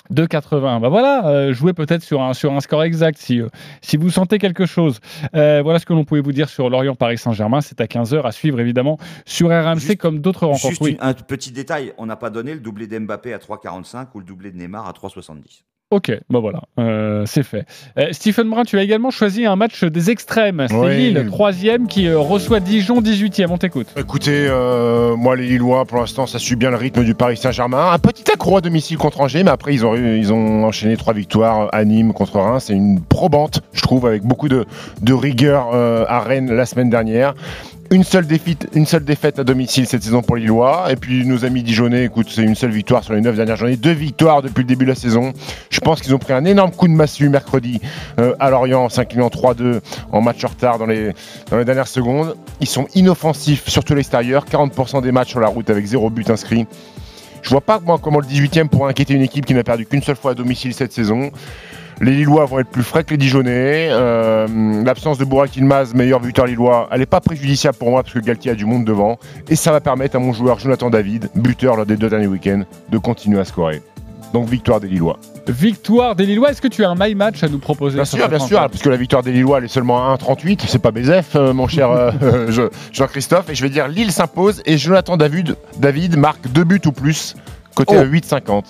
2,80. Bah voilà, jouez peut-être sur un score exact si vous sentez quelque chose. Voilà ce que l'on pouvait vous dire sur Lorient-Paris Saint-Germain. C'est à 15h à suivre évidemment sur RMC comme d'autres rencontres. Juste un petit détail, on n'a pas donné le doublé d'Mbappé à 3,45 ou le doublé de Neymar à 3,70. Ok, bah voilà, c'est fait. Stephen Brun, tu as également choisi un match des extrêmes. C'est Lille, 3e, qui reçoit Dijon, 18e. On t'écoute. Écoutez, moi les Lillois, pour l'instant, ça suit bien le rythme du Paris Saint-Germain. Un petit accro à domicile contre Angers, mais après ils ont enchaîné 3 victoires à Nîmes contre Reims. C'est une probante, je trouve, avec beaucoup de rigueur à Rennes la semaine dernière. Une seule défaite à domicile cette saison pour les Lillois. Et puis nos amis Dijonnais, écoute, c'est une seule victoire sur les 9 dernières journées. 2 victoires depuis le début de la saison. Je pense qu'ils ont pris un énorme coup de massue mercredi à Lorient en s'inclinant 3-2 en match en retard dans les dernières secondes. Ils sont inoffensifs, surtout à l'extérieur. 40% des matchs sur la route avec 0 but inscrit. Je vois pas moi comment le 18e pourrait inquiéter une équipe qui n'a perdu qu'une seule fois à domicile cette saison. Les Lillois vont être plus frais que les Dijonnais. L'absence de Burak Yilmaz, meilleur buteur lillois, elle n'est pas préjudiciable pour moi parce que Galtier a du monde devant. Et ça va permettre à mon joueur Jonathan David, buteur lors des 2 derniers week-ends, de continuer à scorer. Donc victoire des Lillois. Victoire des Lillois. Est-ce que tu as un my match à nous proposer? Bien sûr, parce que la victoire des Lillois elle est seulement à 1,38. C'est pas BZF, mon cher Jean-Christophe. Et je vais dire Lille s'impose et Jonathan David marque 2 buts ou plus, côté à 8,50.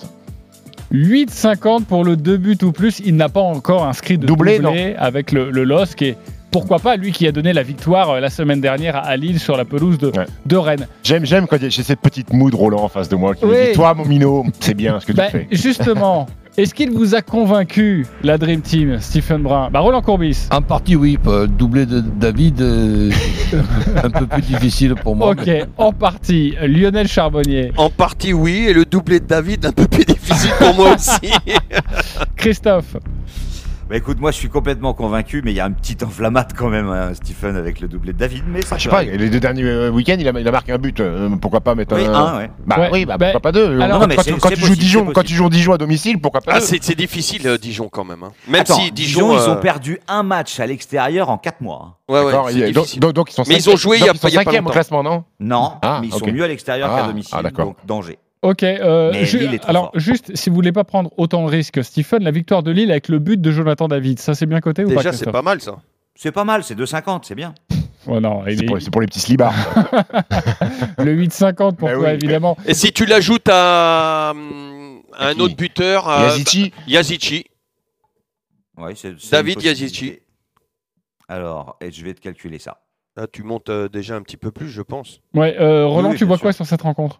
8,50 pour le 2 buts ou plus. Il n'a pas encore inscrit de doublé avec le LOSC. Et pourquoi pas, lui qui a donné la victoire la semaine dernière à Lille sur la pelouse de Rennes. J'aime quand j'ai cette petite moue de Roland en face de moi qui me dit « Toi, mon minot, c'est bien ce que tu fais. » Justement, est-ce qu'il vous a convaincu, la Dream Team, Stephen Brun? Roland Courbis. En partie, oui. Doublé de David, un peu plus difficile pour moi. Ok, en partie. Lionel Charbonnier. En partie, oui. Et le doublé de David, un peu plus difficile pour moi aussi. Christophe. Bah écoute, moi je suis complètement convaincu, mais il y a un petit enflammate quand même, hein, Stephen, avec le doublé de David. Mais ça je sais pas, les 2 derniers week-ends, il a marqué un but. Pourquoi pas mettre un ouais. Pourquoi pas 2 alors, quand tu joues Dijon à domicile, pourquoi pas 2 c'est difficile, Dijon quand même. Hein. Même Attends, si Dijon, ils ont perdu un match à l'extérieur en 4 mois. Ouais, donc ils sont 5e. Mais ils ont joué il y a pas longtemps. Au classement, non? Non, mais ils sont mieux à l'extérieur qu'à domicile. Donc danger. Ok, alors juste, si vous voulez pas prendre autant de risques, Stephen, la victoire de Lille avec le but de Jonathan David, ça c'est bien coté ou pas? Déjà, c'est pas mal ça. C'est pas mal, c'est 2,50, c'est bien. Oh non, c'est pour les petits slibards. Le 8,50 pour toi, évidemment. Et si tu l'ajoutes à un autre buteur, Yazici. Ouais, David Yazici. Alors, je vais te calculer ça. Là, tu montes déjà un petit peu plus, je pense. Ouais, Roland, tu vois quoi sur cette rencontre?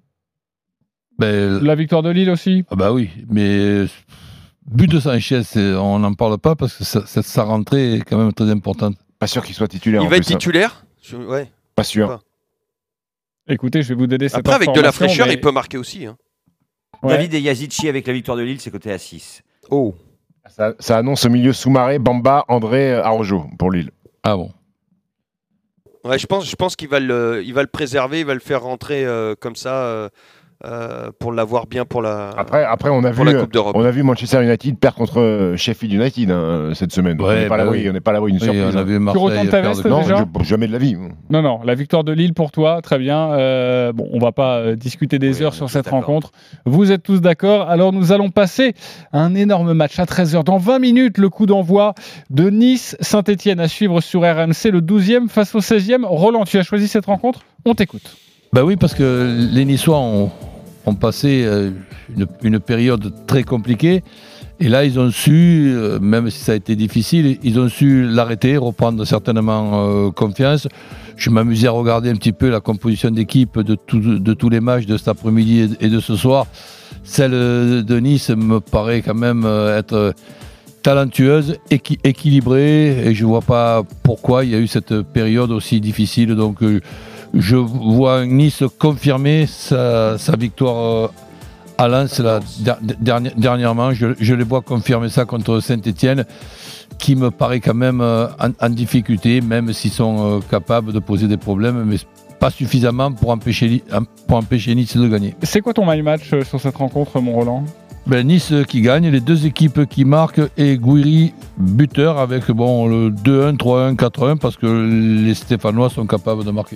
La victoire de Lille aussi? Ah bah oui, mais but de Sanchez, on n'en parle pas parce que sa rentrée est quand même très importante. Pas sûr qu'il soit titulaire. Il va être titulaire? Ouais. Pas sûr. Écoutez, je vais vous donner cette Après, avec de la fraîcheur, il peut marquer aussi. Hein. Ouais. David et Yazici avec la victoire de Lille, c'est coté à 6. Oh. Ça annonce au milieu Soumaré, Bamba, André, Arojo pour Lille. Ah bon. Ouais, je pense qu'il va le préserver, il va le faire rentrer comme ça. Pour l'avoir bien pour la après on a Coupe d'Europe. On a vu Manchester United perdre contre Sheffield United cette semaine. On n'est pas à l'abri d'une surprise. Tu retournes ta veste déjà? Jamais de la vie. Non, la victoire de Lille pour toi, très bien. On va pas discuter des heures sur cette rencontre. Vous êtes tous d'accord? Alors nous allons passer à un énorme match à 13h. Dans 20 minutes, le coup d'envoi de Nice-Saint-Etienne à suivre sur RMC, le 12e face au 16e. Roland, tu as choisi cette rencontre? On t'écoute. Bah oui, parce que les Niçois ont passé une période très compliquée et là ils ont su, même si ça a été difficile, ils ont su l'arrêter, reprendre certainement confiance. Je m'amusais à regarder un petit peu la composition d'équipe de tous les matchs de cet après-midi et de ce soir. Celle de Nice me paraît quand même être talentueuse, équilibrée et je ne vois pas pourquoi il y a eu cette période aussi difficile. Donc je vois Nice confirmer sa victoire à Lens dernièrement. Je les vois confirmer ça contre Saint-Etienne, qui me paraît quand même en difficulté, même s'ils sont capables de poser des problèmes, mais pas suffisamment pour empêcher Nice de gagner. C'est quoi ton my match sur cette rencontre, mon Roland? Nice qui gagne, les 2 équipes qui marquent et Gouiri buteur avec le 2-1, 3-1, 4-1 parce que les Stéphanois sont capables de marquer.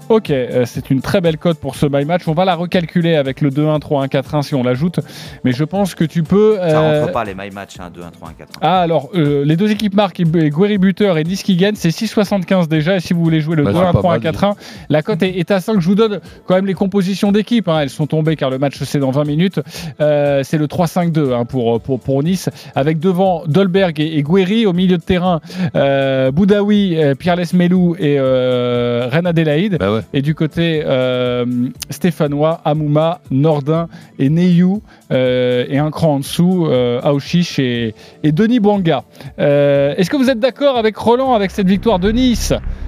Ok, c'est une très belle cote pour ce my match. On va la recalculer avec le 2-1, 3-1, 4-1 si on l'ajoute. Mais je pense que tu peux... Ça rentre pas les my match, 2-1, 3-1, 4-1. Ah, alors, les deux équipes marquent, Guéry buteur et Nice qui gagne, c'est 6,75 déjà. Et si vous voulez jouer le 2-1, 3-1, 4-1, la cote est à 5. Je vous donne quand même les compositions d'équipe. Elles sont tombées car le match c'est dans 20 minutes. C'est le 3-5-2 pour Nice. Avec devant Dolberg et Guéry. Au milieu de terrain, Boudaoui, Pierre Lesmelou et Reine Adélaïde. Bah ouais. Et du côté stéphanois, Amouma, Nordin et Neyou, et un cran en dessous, Aouchiche et Denis Bouanga. Est-ce que vous êtes d'accord avec Roland avec cette victoire de Nice?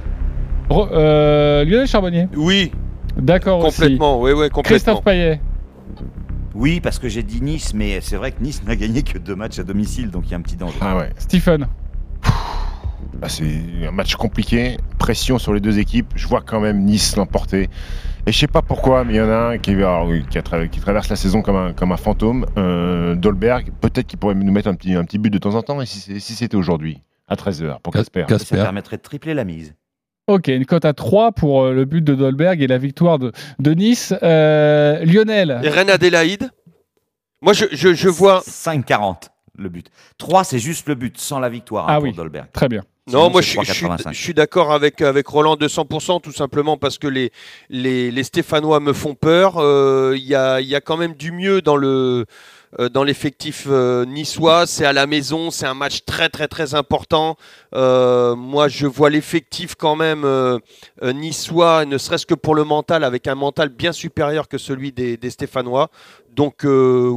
Lionel Charbonnier? Oui. D'accord complètement, aussi. Oui, complètement. Christophe Payet? Oui, parce que j'ai dit Nice, mais c'est vrai que Nice n'a gagné que 2 matchs à domicile, donc il y a un petit danger. Ah ouais. Stephen? C'est un match compliqué, pression sur les deux équipes. Je vois quand même Nice l'emporter. Et je sais pas pourquoi, mais il y en a un qui traverse la saison comme un fantôme. Dolberg, peut-être qu'il pourrait nous mettre un petit but de temps en temps. Et si c'était aujourd'hui, à 13h, pour Casper. Ça permettrait de tripler la mise. Ok, une cote à 3 pour le but de Dolberg et la victoire de Nice. Lionel? Et Reine Adélaïde? Moi, je vois... 5,40 le but. 3, c'est juste le but, sans la victoire pour Dolberg. Très bien. Sinon, non, moi je suis d'accord avec Roland 200%, tout simplement parce que les Stéphanois me font peur. Il y a quand même du mieux dans l'effectif niçois. C'est à la maison, c'est un match très très très important. Moi je vois l'effectif quand même niçois, ne serait-ce que pour le mental, avec un mental bien supérieur que celui des Stéphanois. Donc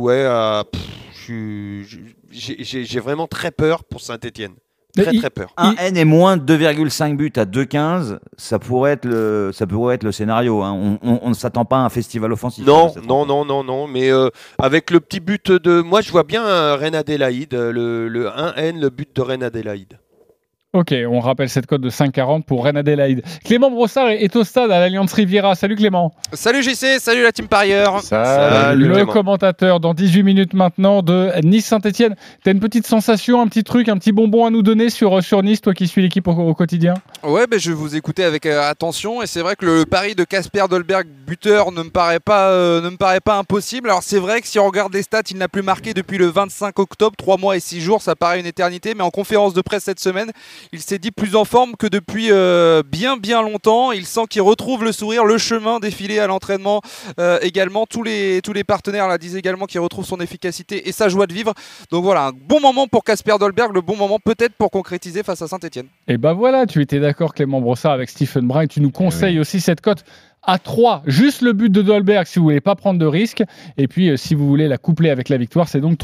j'ai vraiment très peur pour Saint-Etienne. Très peur. Un N et moins de 2,5 buts à 2,15, ça pourrait être le scénario. Hein. On ne s'attend pas à un festival offensif. Non. Mais avec le petit but de... Moi, je vois bien Reine Adélaïde, le 1N, le but de Reine Adélaïde. Ok, on rappelle cette cote de 5,40 pour Reine Adélaïde. Clément Brossard est au stade à l'Alliance Riviera. Salut Clément. Salut JC, salut la team parieur. Salut le Clément. Commentateur dans 18 minutes maintenant de Nice-Saint-Etienne. T'as une petite sensation, un petit truc, un petit bonbon à nous donner sur Nice, toi qui suis l'équipe au quotidien? Ouais, je vais vous écouter avec attention et c'est vrai que le pari de Casper Dolberg buteur ne me paraît pas impossible. Alors c'est vrai que si on regarde les stats, il n'a plus marqué depuis le 25 octobre, 3 mois et 6 jours, ça paraît une éternité, mais en conférence de presse cette semaine, il s'est dit plus en forme que depuis bien longtemps. Il sent qu'il retrouve le sourire, le chemin défilé à l'entraînement également. Tous les partenaires là disent également qu'il retrouve son efficacité et sa joie de vivre. Donc voilà, un bon moment pour Casper Dolberg, le bon moment peut-être pour concrétiser face à Saint-Etienne. Et voilà, tu étais d'accord Clément Brossard avec Stephen Brun et tu nous conseilles aussi cette cote à 3, juste le but de Dolberg si vous voulez pas prendre de risque. Et puis si vous voulez la coupler avec la victoire, c'est donc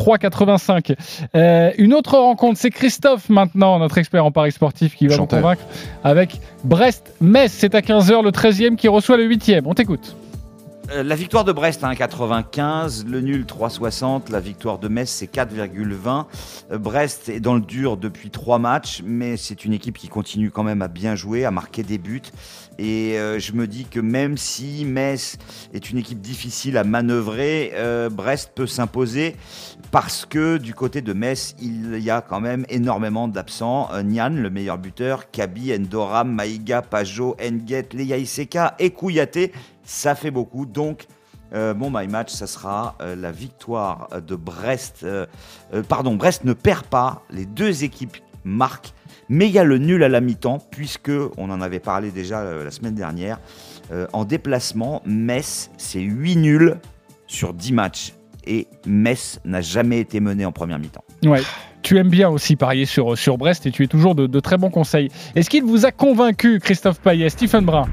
3,85. Une autre rencontre, c'est Christophe maintenant, notre expert en paris sportif, qui va vous convaincre avec Brest-Metz. C'est à 15h, le 13e qui reçoit le 8e. On t'écoute. La victoire de Brest, 1,95, le nul 3,60, la victoire de Metz c'est 4,20. Brest est dans le dur depuis 3 matchs, mais c'est une équipe qui continue quand même à bien jouer, à marquer des buts. Et je me dis que même si Metz est une équipe difficile à manœuvrer, Brest peut s'imposer parce que du côté de Metz, il y a quand même énormément d'absents. Nian, le meilleur buteur, Kaby, Endoram, Maïga, Pajot, Nguet, Leia Iseka et Kouyaté. Ça fait beaucoup, donc mon my match, ça sera la victoire de Brest. Brest ne perd pas, les deux équipes marquent, mais il y a le nul à la mi-temps, puisque on en avait parlé déjà la semaine dernière. En déplacement, Metz, c'est 8 nuls sur 10 matchs, et Metz n'a jamais été mené en première mi-temps. Ouais. Tu aimes bien aussi parier sur Brest, et tu es toujours de très bons conseils. Est-ce qu'il vous a convaincu, Christophe Payet, Stephen Brun?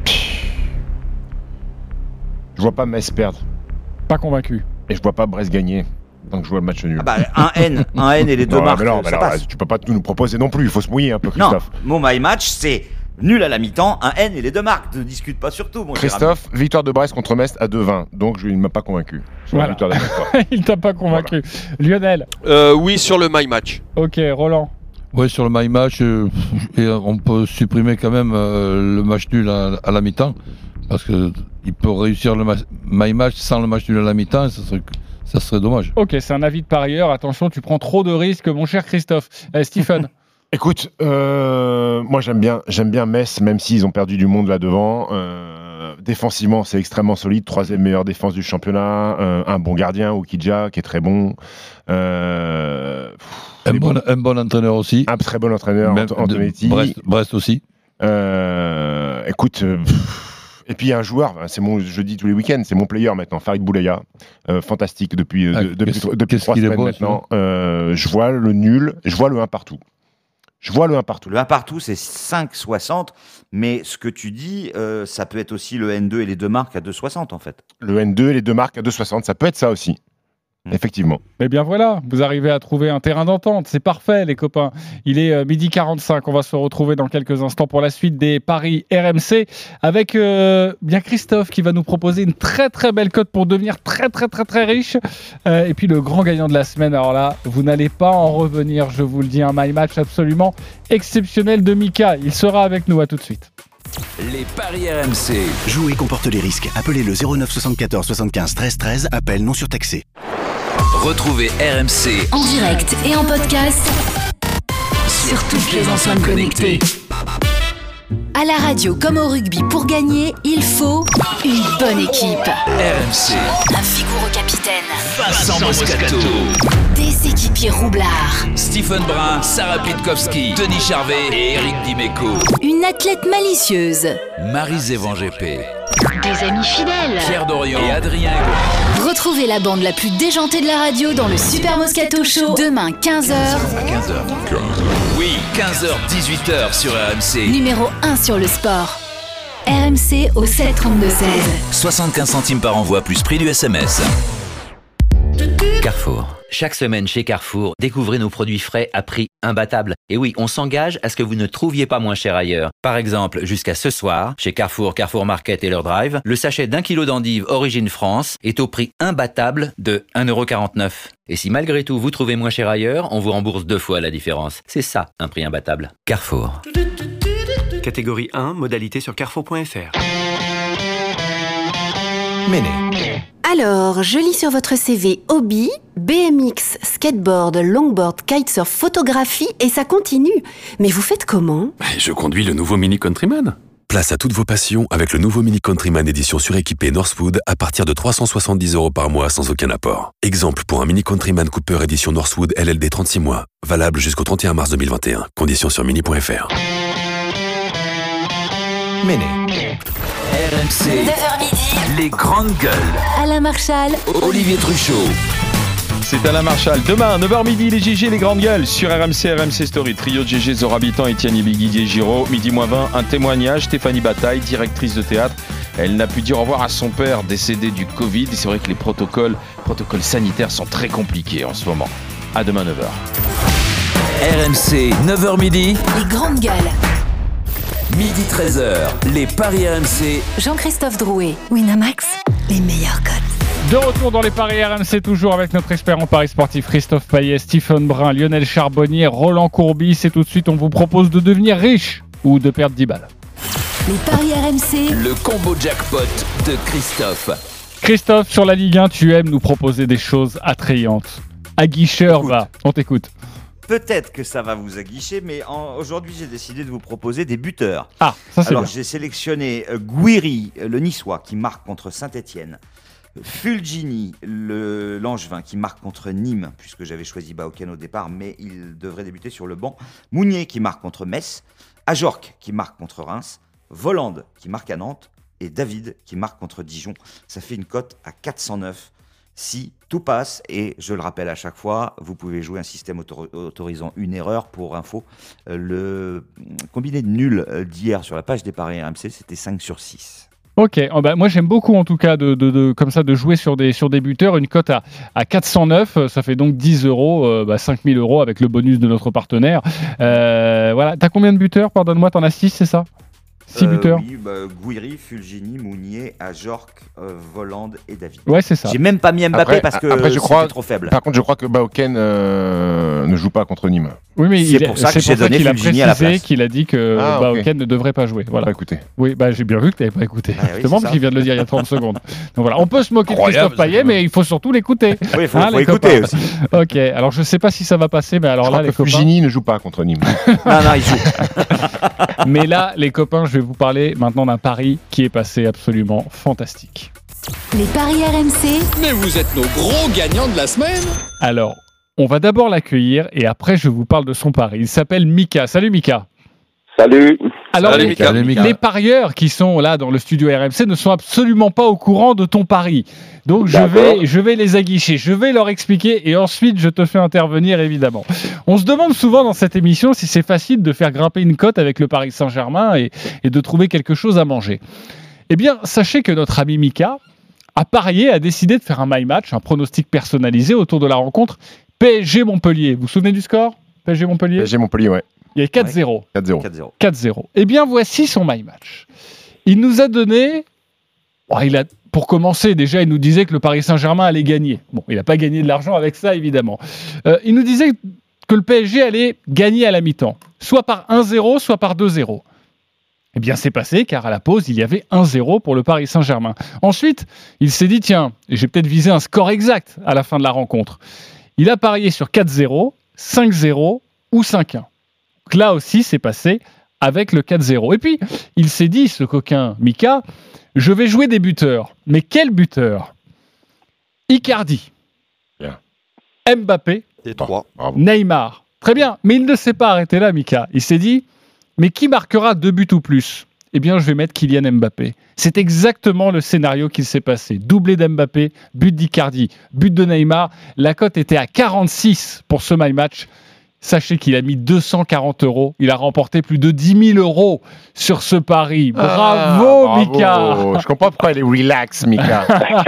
Je vois pas Metz perdre. Pas convaincu. Et je vois pas Brest gagner. Donc je vois le match nul. Un N et les deux marques. Ça passe. Tu peux pas tout nous proposer non plus. Il faut se mouiller un peu, Christophe. Non, mon my match, c'est nul à la mi-temps, un N et les deux marques. Ne discute pas sur tout, mon Christophe, victoire de Brest contre Metz à 2,20. Donc il ne m'a pas convaincu. Voilà. Il t'a pas convaincu. Voilà. Lionel? Oui, sur le my match. Ok, Roland? Oui, sur le my match, on peut supprimer quand même le match nul à la mi-temps. Parce qu'il peut réussir le my match sans le match nul à la mi-temps, ça serait dommage. Ok, c'est un avis de parieur. Attention, tu prends trop de risques, mon cher Christophe. Stephen? Écoute, moi j'aime bien Metz, même s'ils ont perdu du monde là devant. Défensivement, c'est extrêmement solide, 3e meilleure défense du championnat, un bon gardien, Oukidja, qui est très bon. Un bon entraîneur aussi. Un très bon entraîneur, Antonetti. Brest aussi. Écoute, et puis il y a un joueur, je dis tous les week-ends, c'est mon player maintenant, Farid Boulaya, fantastique depuis 3 semaines maintenant. Je vois le nul, je vois le 1 partout. Le 1 partout, c'est 5,60, mais ce que tu dis, ça peut être aussi le N2 et les 2 marques à 2,60 en fait. Le N2 et les 2 marques à 2,60, ça peut être ça aussi. Effectivement. Mais bien voilà, vous arrivez à trouver un terrain d'entente, c'est parfait les copains. Il est 12h45, on va se retrouver dans quelques instants pour la suite des paris RMC avec bien Christophe qui va nous proposer une très très belle cote pour devenir très très très très riche. Et puis le grand gagnant de la semaine, alors là, vous n'allez pas en revenir, je vous le dis, un my match absolument exceptionnel de Mika. Il sera avec nous, à tout de suite. Les paris RMC. Jouer comporte les risques. Appelez le 09 74 75 13 13. Appel non surtaxé. Retrouvez RMC en direct et en podcast sur toutes les enceintes connectées. À la radio comme au rugby, pour gagner, il faut une bonne équipe. RMC. Un vigoureux capitaine. Vincent Moscato. Des équipiers roublards. Stephen Brun, Sarah Pitkowski, Denis Charvet et Eric Dimeco. Une athlète malicieuse. Marie-Zévan GP. Des amis fidèles. Pierre Dorian et Adrien. Retrouvez la bande la plus déjantée de la radio dans le Super Moscato Show. Demain, 15h. 15h. Oui, 15h, 18h sur RMC. Numéro 1 sur le sport. RMC au 7 32 16. 75 centimes par envoi plus prix du SMS. Carrefour. Chaque semaine chez Carrefour, découvrez nos produits frais à prix imbattable. Et oui, on s'engage à ce que vous ne trouviez pas moins cher ailleurs. Par exemple, jusqu'à ce soir, chez Carrefour, Carrefour Market et leur Drive, le sachet d'1 kg d'endives Origine France est au prix imbattable de 1,49 €. Et si malgré tout vous trouvez moins cher ailleurs, on vous rembourse 2 fois la différence. C'est ça, un prix imbattable. Carrefour. Catégorie 1, modalité sur carrefour.fr. Méné. Alors, je lis sur votre CV hobby, BMX, skateboard, longboard, kitesurf, photographie et ça continue. Mais vous faites comment ? Je conduis le nouveau Mini Countryman. Place à toutes vos passions avec le nouveau Mini Countryman édition suréquipée Northwood à partir de 370 € par mois sans aucun apport. Exemple pour un Mini Countryman Cooper édition Northwood LLD 36 mois. Valable jusqu'au 31 mars 2021. Conditions sur mini.fr. Méné. RMC. 9h midi. Les grandes gueules. Alain Marchal. Olivier Truchot. C'est Alain Marchal. Demain, 9h midi, les GG, les grandes gueules sur RMC, RMC Story. Trio de GG, Zora Habitant, Etienne Ibiguidier, Giraud. Midi moins 20, un témoignage. Stéphanie Bataille, directrice de théâtre. Elle n'a pu dire au revoir à son père décédé du Covid. Et c'est vrai que les protocoles sanitaires sont très compliqués en ce moment. À demain, 9h. RMC, 9h midi. Les grandes gueules. Midi 13h, les paris RMC. Jean-Christophe Drouet, Winamax, les meilleurs cotes. De retour dans les paris RMC, toujours avec notre expert en paris sportif Christophe Payet, Stephen Brun, Lionel Charbonnier, Roland Courbis. Et tout de suite, on vous propose de devenir riche ou de perdre 10 balles. Les paris RMC. Le combo jackpot de Christophe. Christophe, sur la Ligue 1, tu aimes nous proposer des choses attrayantes. Aguicheur, va, on t'écoute. Peut-être que ça va vous aguicher, mais aujourd'hui j'ai décidé de vous proposer des buteurs. Ah, ça c'est Alors bien. j'ai sélectionné Gouiri, le Niçois, qui marque contre Saint-Etienne. Fulgini, le Langevin, qui marque contre Nîmes, puisque j'avais choisi Baoken au départ, mais il devrait débuter sur le banc. Mounier, qui marque contre Metz. Ajorc, qui marque contre Reims. Volande, qui marque à Nantes. Et David, qui marque contre Dijon. Ça fait une cote à 409. Si tout passe, et je le rappelle à chaque fois, vous pouvez jouer un système autorisant une erreur. Pour info, le combiné de nul d'hier sur la page des paris RMC, c'était 5 sur 6. Ok, moi j'aime beaucoup en tout cas comme ça de jouer sur des buteurs. Une cote à 409, ça fait donc 10 €, 5000 € avec le bonus de notre partenaire. Voilà, t'as combien de buteurs ? Pardonne-moi, t'en as 6, c'est ça ? 6 buteurs. Oui, Gouiri, Fulgini, Mounier, Ajorc, Volland et David. Ouais, c'est ça. J'ai même pas mis Mbappé parce que c'était trop faible. Par contre, je crois que Baoken ne joue pas contre Nîmes. Oui, mais c'est pour ça que j'ai donné Fulgini à la place. Qu'il a dit que Baoken ne devrait pas jouer. Voilà. Écoutez. Oui, j'ai bien vu que tu n'avais pas écouté. Justement, parce qu'il vient de le dire il y a 30 secondes. Donc voilà, on peut se moquer de Christophe Payet, mais il faut surtout l'écouter. Oui, il faut écouter aussi. Ok, alors je sais pas si ça va passer, mais alors là, les copains. Fulgini ne joue pas contre Nîmes. Non, il joue. Mais là, les copains, je vais vous parler maintenant d'un pari qui est passé absolument fantastique. Les paris RMC. Mais vous êtes nos gros gagnants de la semaine. Alors, on va d'abord l'accueillir et après, je vous parle de son pari. Il s'appelle Mika. Salut Mika. Salut. Alors, Salut, Mika. Les parieurs qui sont là dans le studio RMC ne sont absolument pas au courant de ton pari. Donc, je vais les aguicher, je vais leur expliquer et ensuite, je te fais intervenir, évidemment. On se demande souvent dans cette émission si c'est facile de faire grimper une cote avec le Paris Saint-Germain et de trouver quelque chose à manger. Eh bien, sachez que notre ami Mika a parié, a décidé de faire un my match, un pronostic personnalisé autour de la rencontre PSG-Montpellier. Vous vous souvenez du score ? PSG-Montpellier ? PSG-Montpellier, ouais. Il y a 4-0. 4-0. 4-0. Eh bien, voici son my match. Il nous a donné... Pour commencer, déjà, il nous disait que le Paris Saint-Germain allait gagner. Bon, il n'a pas gagné de l'argent avec ça, évidemment. Il nous disait que le PSG allait gagner à la mi-temps, soit par 1-0, soit par 2-0. Eh bien, c'est passé, car à la pause, il y avait 1-0 pour le Paris Saint-Germain. Ensuite, il s'est dit, tiens, j'ai peut-être visé un score exact à la fin de la rencontre. Il a parié sur 4-0, 5-0 ou 5-1. Donc là aussi, c'est passé avec le 4-0. Et puis, il s'est dit, ce coquin Mika, je vais jouer des buteurs. Mais quel buteur ? Icardi. Bien. Mbappé. Les trois. Neymar. Très bien. Mais il ne s'est pas arrêté là, Mika. Il s'est dit, mais qui marquera 2 buts ou plus ? Eh bien, je vais mettre Kylian Mbappé. C'est exactement le scénario qui s'est passé. Doublé d'Mbappé, but d'Icardi, but de Neymar. La cote était à 46 pour ce my match. Sachez qu'il a mis 240 €. Il a remporté plus de 10 000 € sur ce pari. Bravo, Mika. Je comprends pourquoi il est relax, Mika.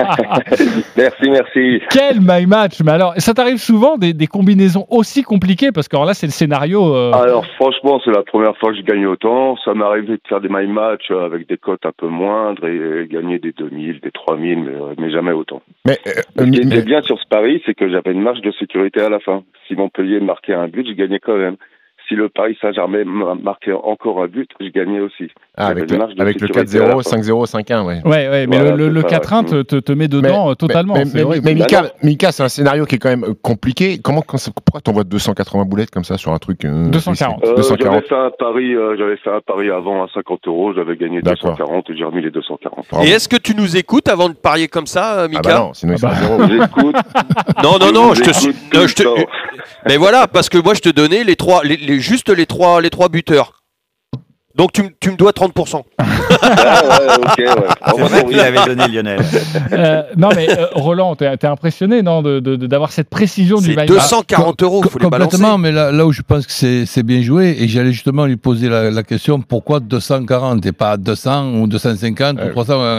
Merci. Quel my match. Mais alors, ça t'arrive souvent des combinaisons aussi compliquées? Parce que alors là, c'est le scénario... Alors, franchement, c'est la première fois que je gagne autant. Ça m'est arrivé de faire des my match avec des cotes un peu moindres et gagner des 2000, des 3000, mais jamais autant. Mais, ce qui était bien sur ce pari, c'est que j'avais une marge de sécurité à la fin. Si Montpellier marquait un but, je gagnais quand même. Si le Paris Saint-Germain marquait encore un but, je gagnais aussi. Avec le 4-0, 5-0, 5-1, ouais. Ouais, mais voilà, le 4-1 te met dedans totalement. Mais Mika, c'est un scénario qui est quand même compliqué. Pourquoi t'envoies 280 boulettes comme ça sur un truc 240. J'avais fait un pari avant à 50 €, j'avais gagné 240 et j'ai remis les 240. Et est-ce que tu nous écoutes avant de parier comme ça, Mika? Bah non, sinon il sera 0. J'écoute. Non, je te mais voilà, parce que moi je te donnais juste les trois buteurs. Donc tu me dois 30%. Ok, ouais. C'est vrai qu'il avait donné Lionel. Non mais Roland, t'es impressionné d'avoir cette précision du C'est 240 €, faut les balancer. Complètement, mais là où je pense que c'est bien joué, et j'allais justement lui poser la question, pourquoi 240 et pas 200 ou 250 ou 300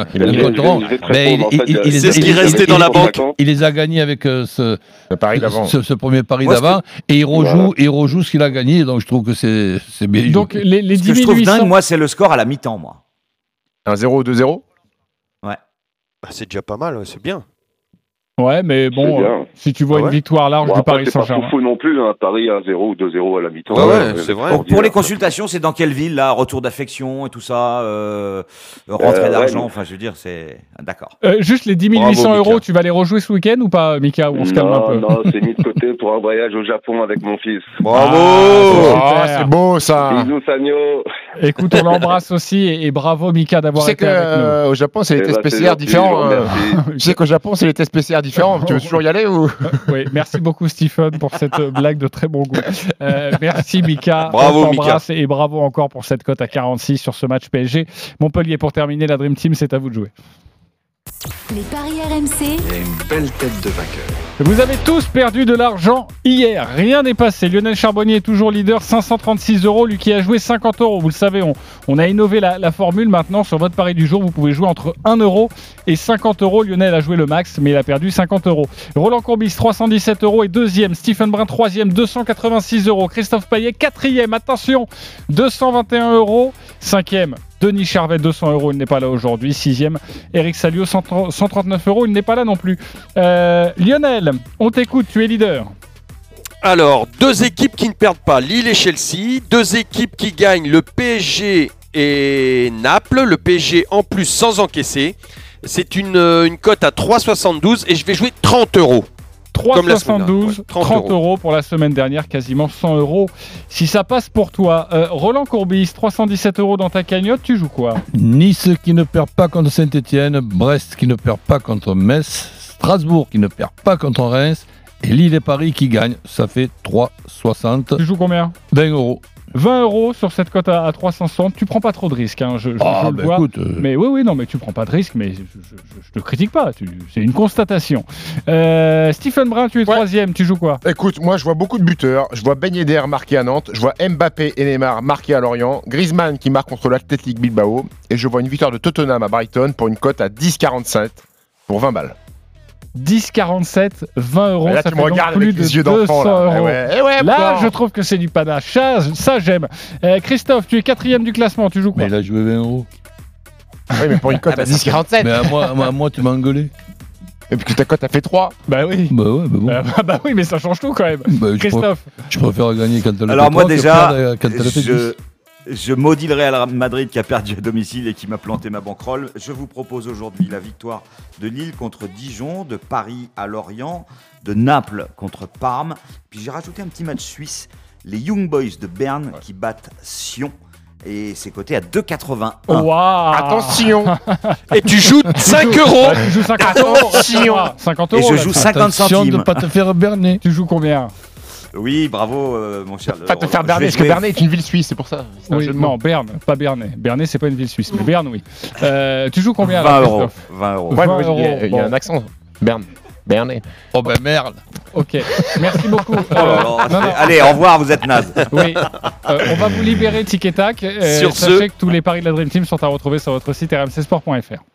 c'est ce qui restait dans la banque. Il les a gagnés avec ce premier pari Moi, d'avant, et il rejoue ce qu'il a gagné, donc je trouve que c'est bien joué. Donc les 10 Ce que je trouve dingue, moi, c'est le score à la mi-temps, moi. 1-0 ou 2-0 ? Ouais. C'est déjà pas mal, c'est bien. Ouais, mais bon, si tu vois une victoire large du Paris Saint-Germain. C'est pas fou non plus, un pari 1-0 ou 2-0 à la mi-temps. Ouais, c'est vrai. Pour les consultations, c'est dans quelle ville, là? Retour d'affection et tout ça, rentrée d'argent, enfin, je veux dire, c'est... D'accord. Juste les 10 800 €, tu vas les rejouer ce week-end ou pas, Mika? Ou on se calme un peu? Non, c'est mis de côté pour un voyage au Japon avec mon fils. Bravo! C'est beau, ça. Bisous, Sagno. Écoute, on l'embrasse aussi et bravo, Mika, d'avoir été avec nous. Au Japon, c'est les tests PCR différents. Tu sais qu'au Japon, c'est les tests PCR différents. Tu veux toujours y aller ou... Oui, merci beaucoup Stephen pour cette blague de très bon goût. Merci Mika. Bravo Mika. Et bravo encore pour cette cote à 46 sur ce match PSG. Montpellier, pour terminer, la Dream Team, c'est à vous de jouer. Les paris RMC. Il y a une belle tête de vainqueur. Vous avez tous perdu de l'argent hier. Rien n'est passé. Lionel Charbonnier est toujours leader, 536 €. Lui qui a joué 50 €. Vous le savez, on a innové la formule maintenant. Sur votre pari du jour, vous pouvez jouer entre 1 € et 50 €. Lionel a joué le max, mais il a perdu 50 €. Roland Courbis, 317 € et deuxième. Stephen Brun, troisième, 286 €. Christophe Payet, quatrième. Attention, 221 €. Cinquième, Denis Charvet, 200 €, il n'est pas là aujourd'hui. 6e, Eric Salio, 139 €, il n'est pas là non plus. Lionel, on t'écoute, tu es leader. Alors, 2 équipes qui ne perdent pas, Lille et Chelsea. 2 équipes qui gagnent, le PSG et Naples. Le PSG en plus sans encaisser. C'est une cote à 3,72 et je vais jouer 30 €. 3,72, 30 € pour la semaine dernière, quasiment 100 €. Si ça passe pour toi, Roland Courbis, 317 € dans ta cagnotte, tu joues quoi? Nice qui ne perd pas contre Saint-Etienne, Brest qui ne perd pas contre Metz, Strasbourg qui ne perd pas contre Reims et Lille et Paris qui gagnent. Ça fait 3,60. Tu joues combien? 20 €. 20 € sur cette cote à 360, tu prends pas trop de risques, hein, je le vois. Écoute, mais oui, non, mais tu prends pas de risques, mais je te critique pas, c'est une constatation. Stephen Brun, tu es 3e, tu joues quoi? Écoute, moi je vois beaucoup de buteurs, je vois Ben Yedder marqué à Nantes, je vois Mbappé et Neymar marqués à Lorient, Griezmann qui marque contre l'Athletic Bilbao, et je vois une victoire de Tottenham à Brighton pour une cote à 10,47 pour 20 balles. 10,47, 20 €, là, ça tu fait me donc regardes plus avec de les yeux 200 d'enfant, là. €. Là, je trouve que c'est du panache. Ça j'aime. Christophe, tu es 4e du classement, tu joues quoi? Mais il a joué 20 €. Oui, mais pour une cote à 10,47. Mais à moi, tu m'as engueulé. Et puis que ta cote a fait 3. Bah oui. Bah ouais, bah bon. Bah oui, mais ça change tout quand même. Bah, Christophe. Je préfère gagner quand elle a fait 3. Alors moi déjà, quand elle a fait 10. Je maudis le Real Madrid qui a perdu à domicile et qui m'a planté ma banquerolle. Je vous propose aujourd'hui la victoire de Lille contre Dijon, de Paris à Lorient, de Naples contre Parme. Puis j'ai rajouté un petit match suisse, les Young Boys de Berne qui battent Sion. Et c'est coté à 2,81. Wow. Attention. Et tu joues 5 €. Tu joues 50 €. Attention. 50 Et €. je joue 50 Attention centimes. de ne pas te faire berner. Tu joues combien? Oui, bravo mon cher. Pas te faire Je berner, vais parce que jouer- Bernay est une ville suisse, c'est pour ça. C'est un Oui, jeu de mots. non, Berne, pas Bernay. Bernay, c'est pas une ville suisse, mais Berne, oui. Tu joues combien 20 là, €. Christophe? 20 €. Ouais, 20 mais il y a- il y a Bon. un accent. Bernay. Oh ben merde. Ok, merci beaucoup. Oh là là, non, non. Allez, au revoir, vous êtes naze. Oui, on va vous libérer Tic et Tac. Sur Sachez ce- que tous les paris de la Dream Team sont à retrouver sur votre site rmcsport.fr.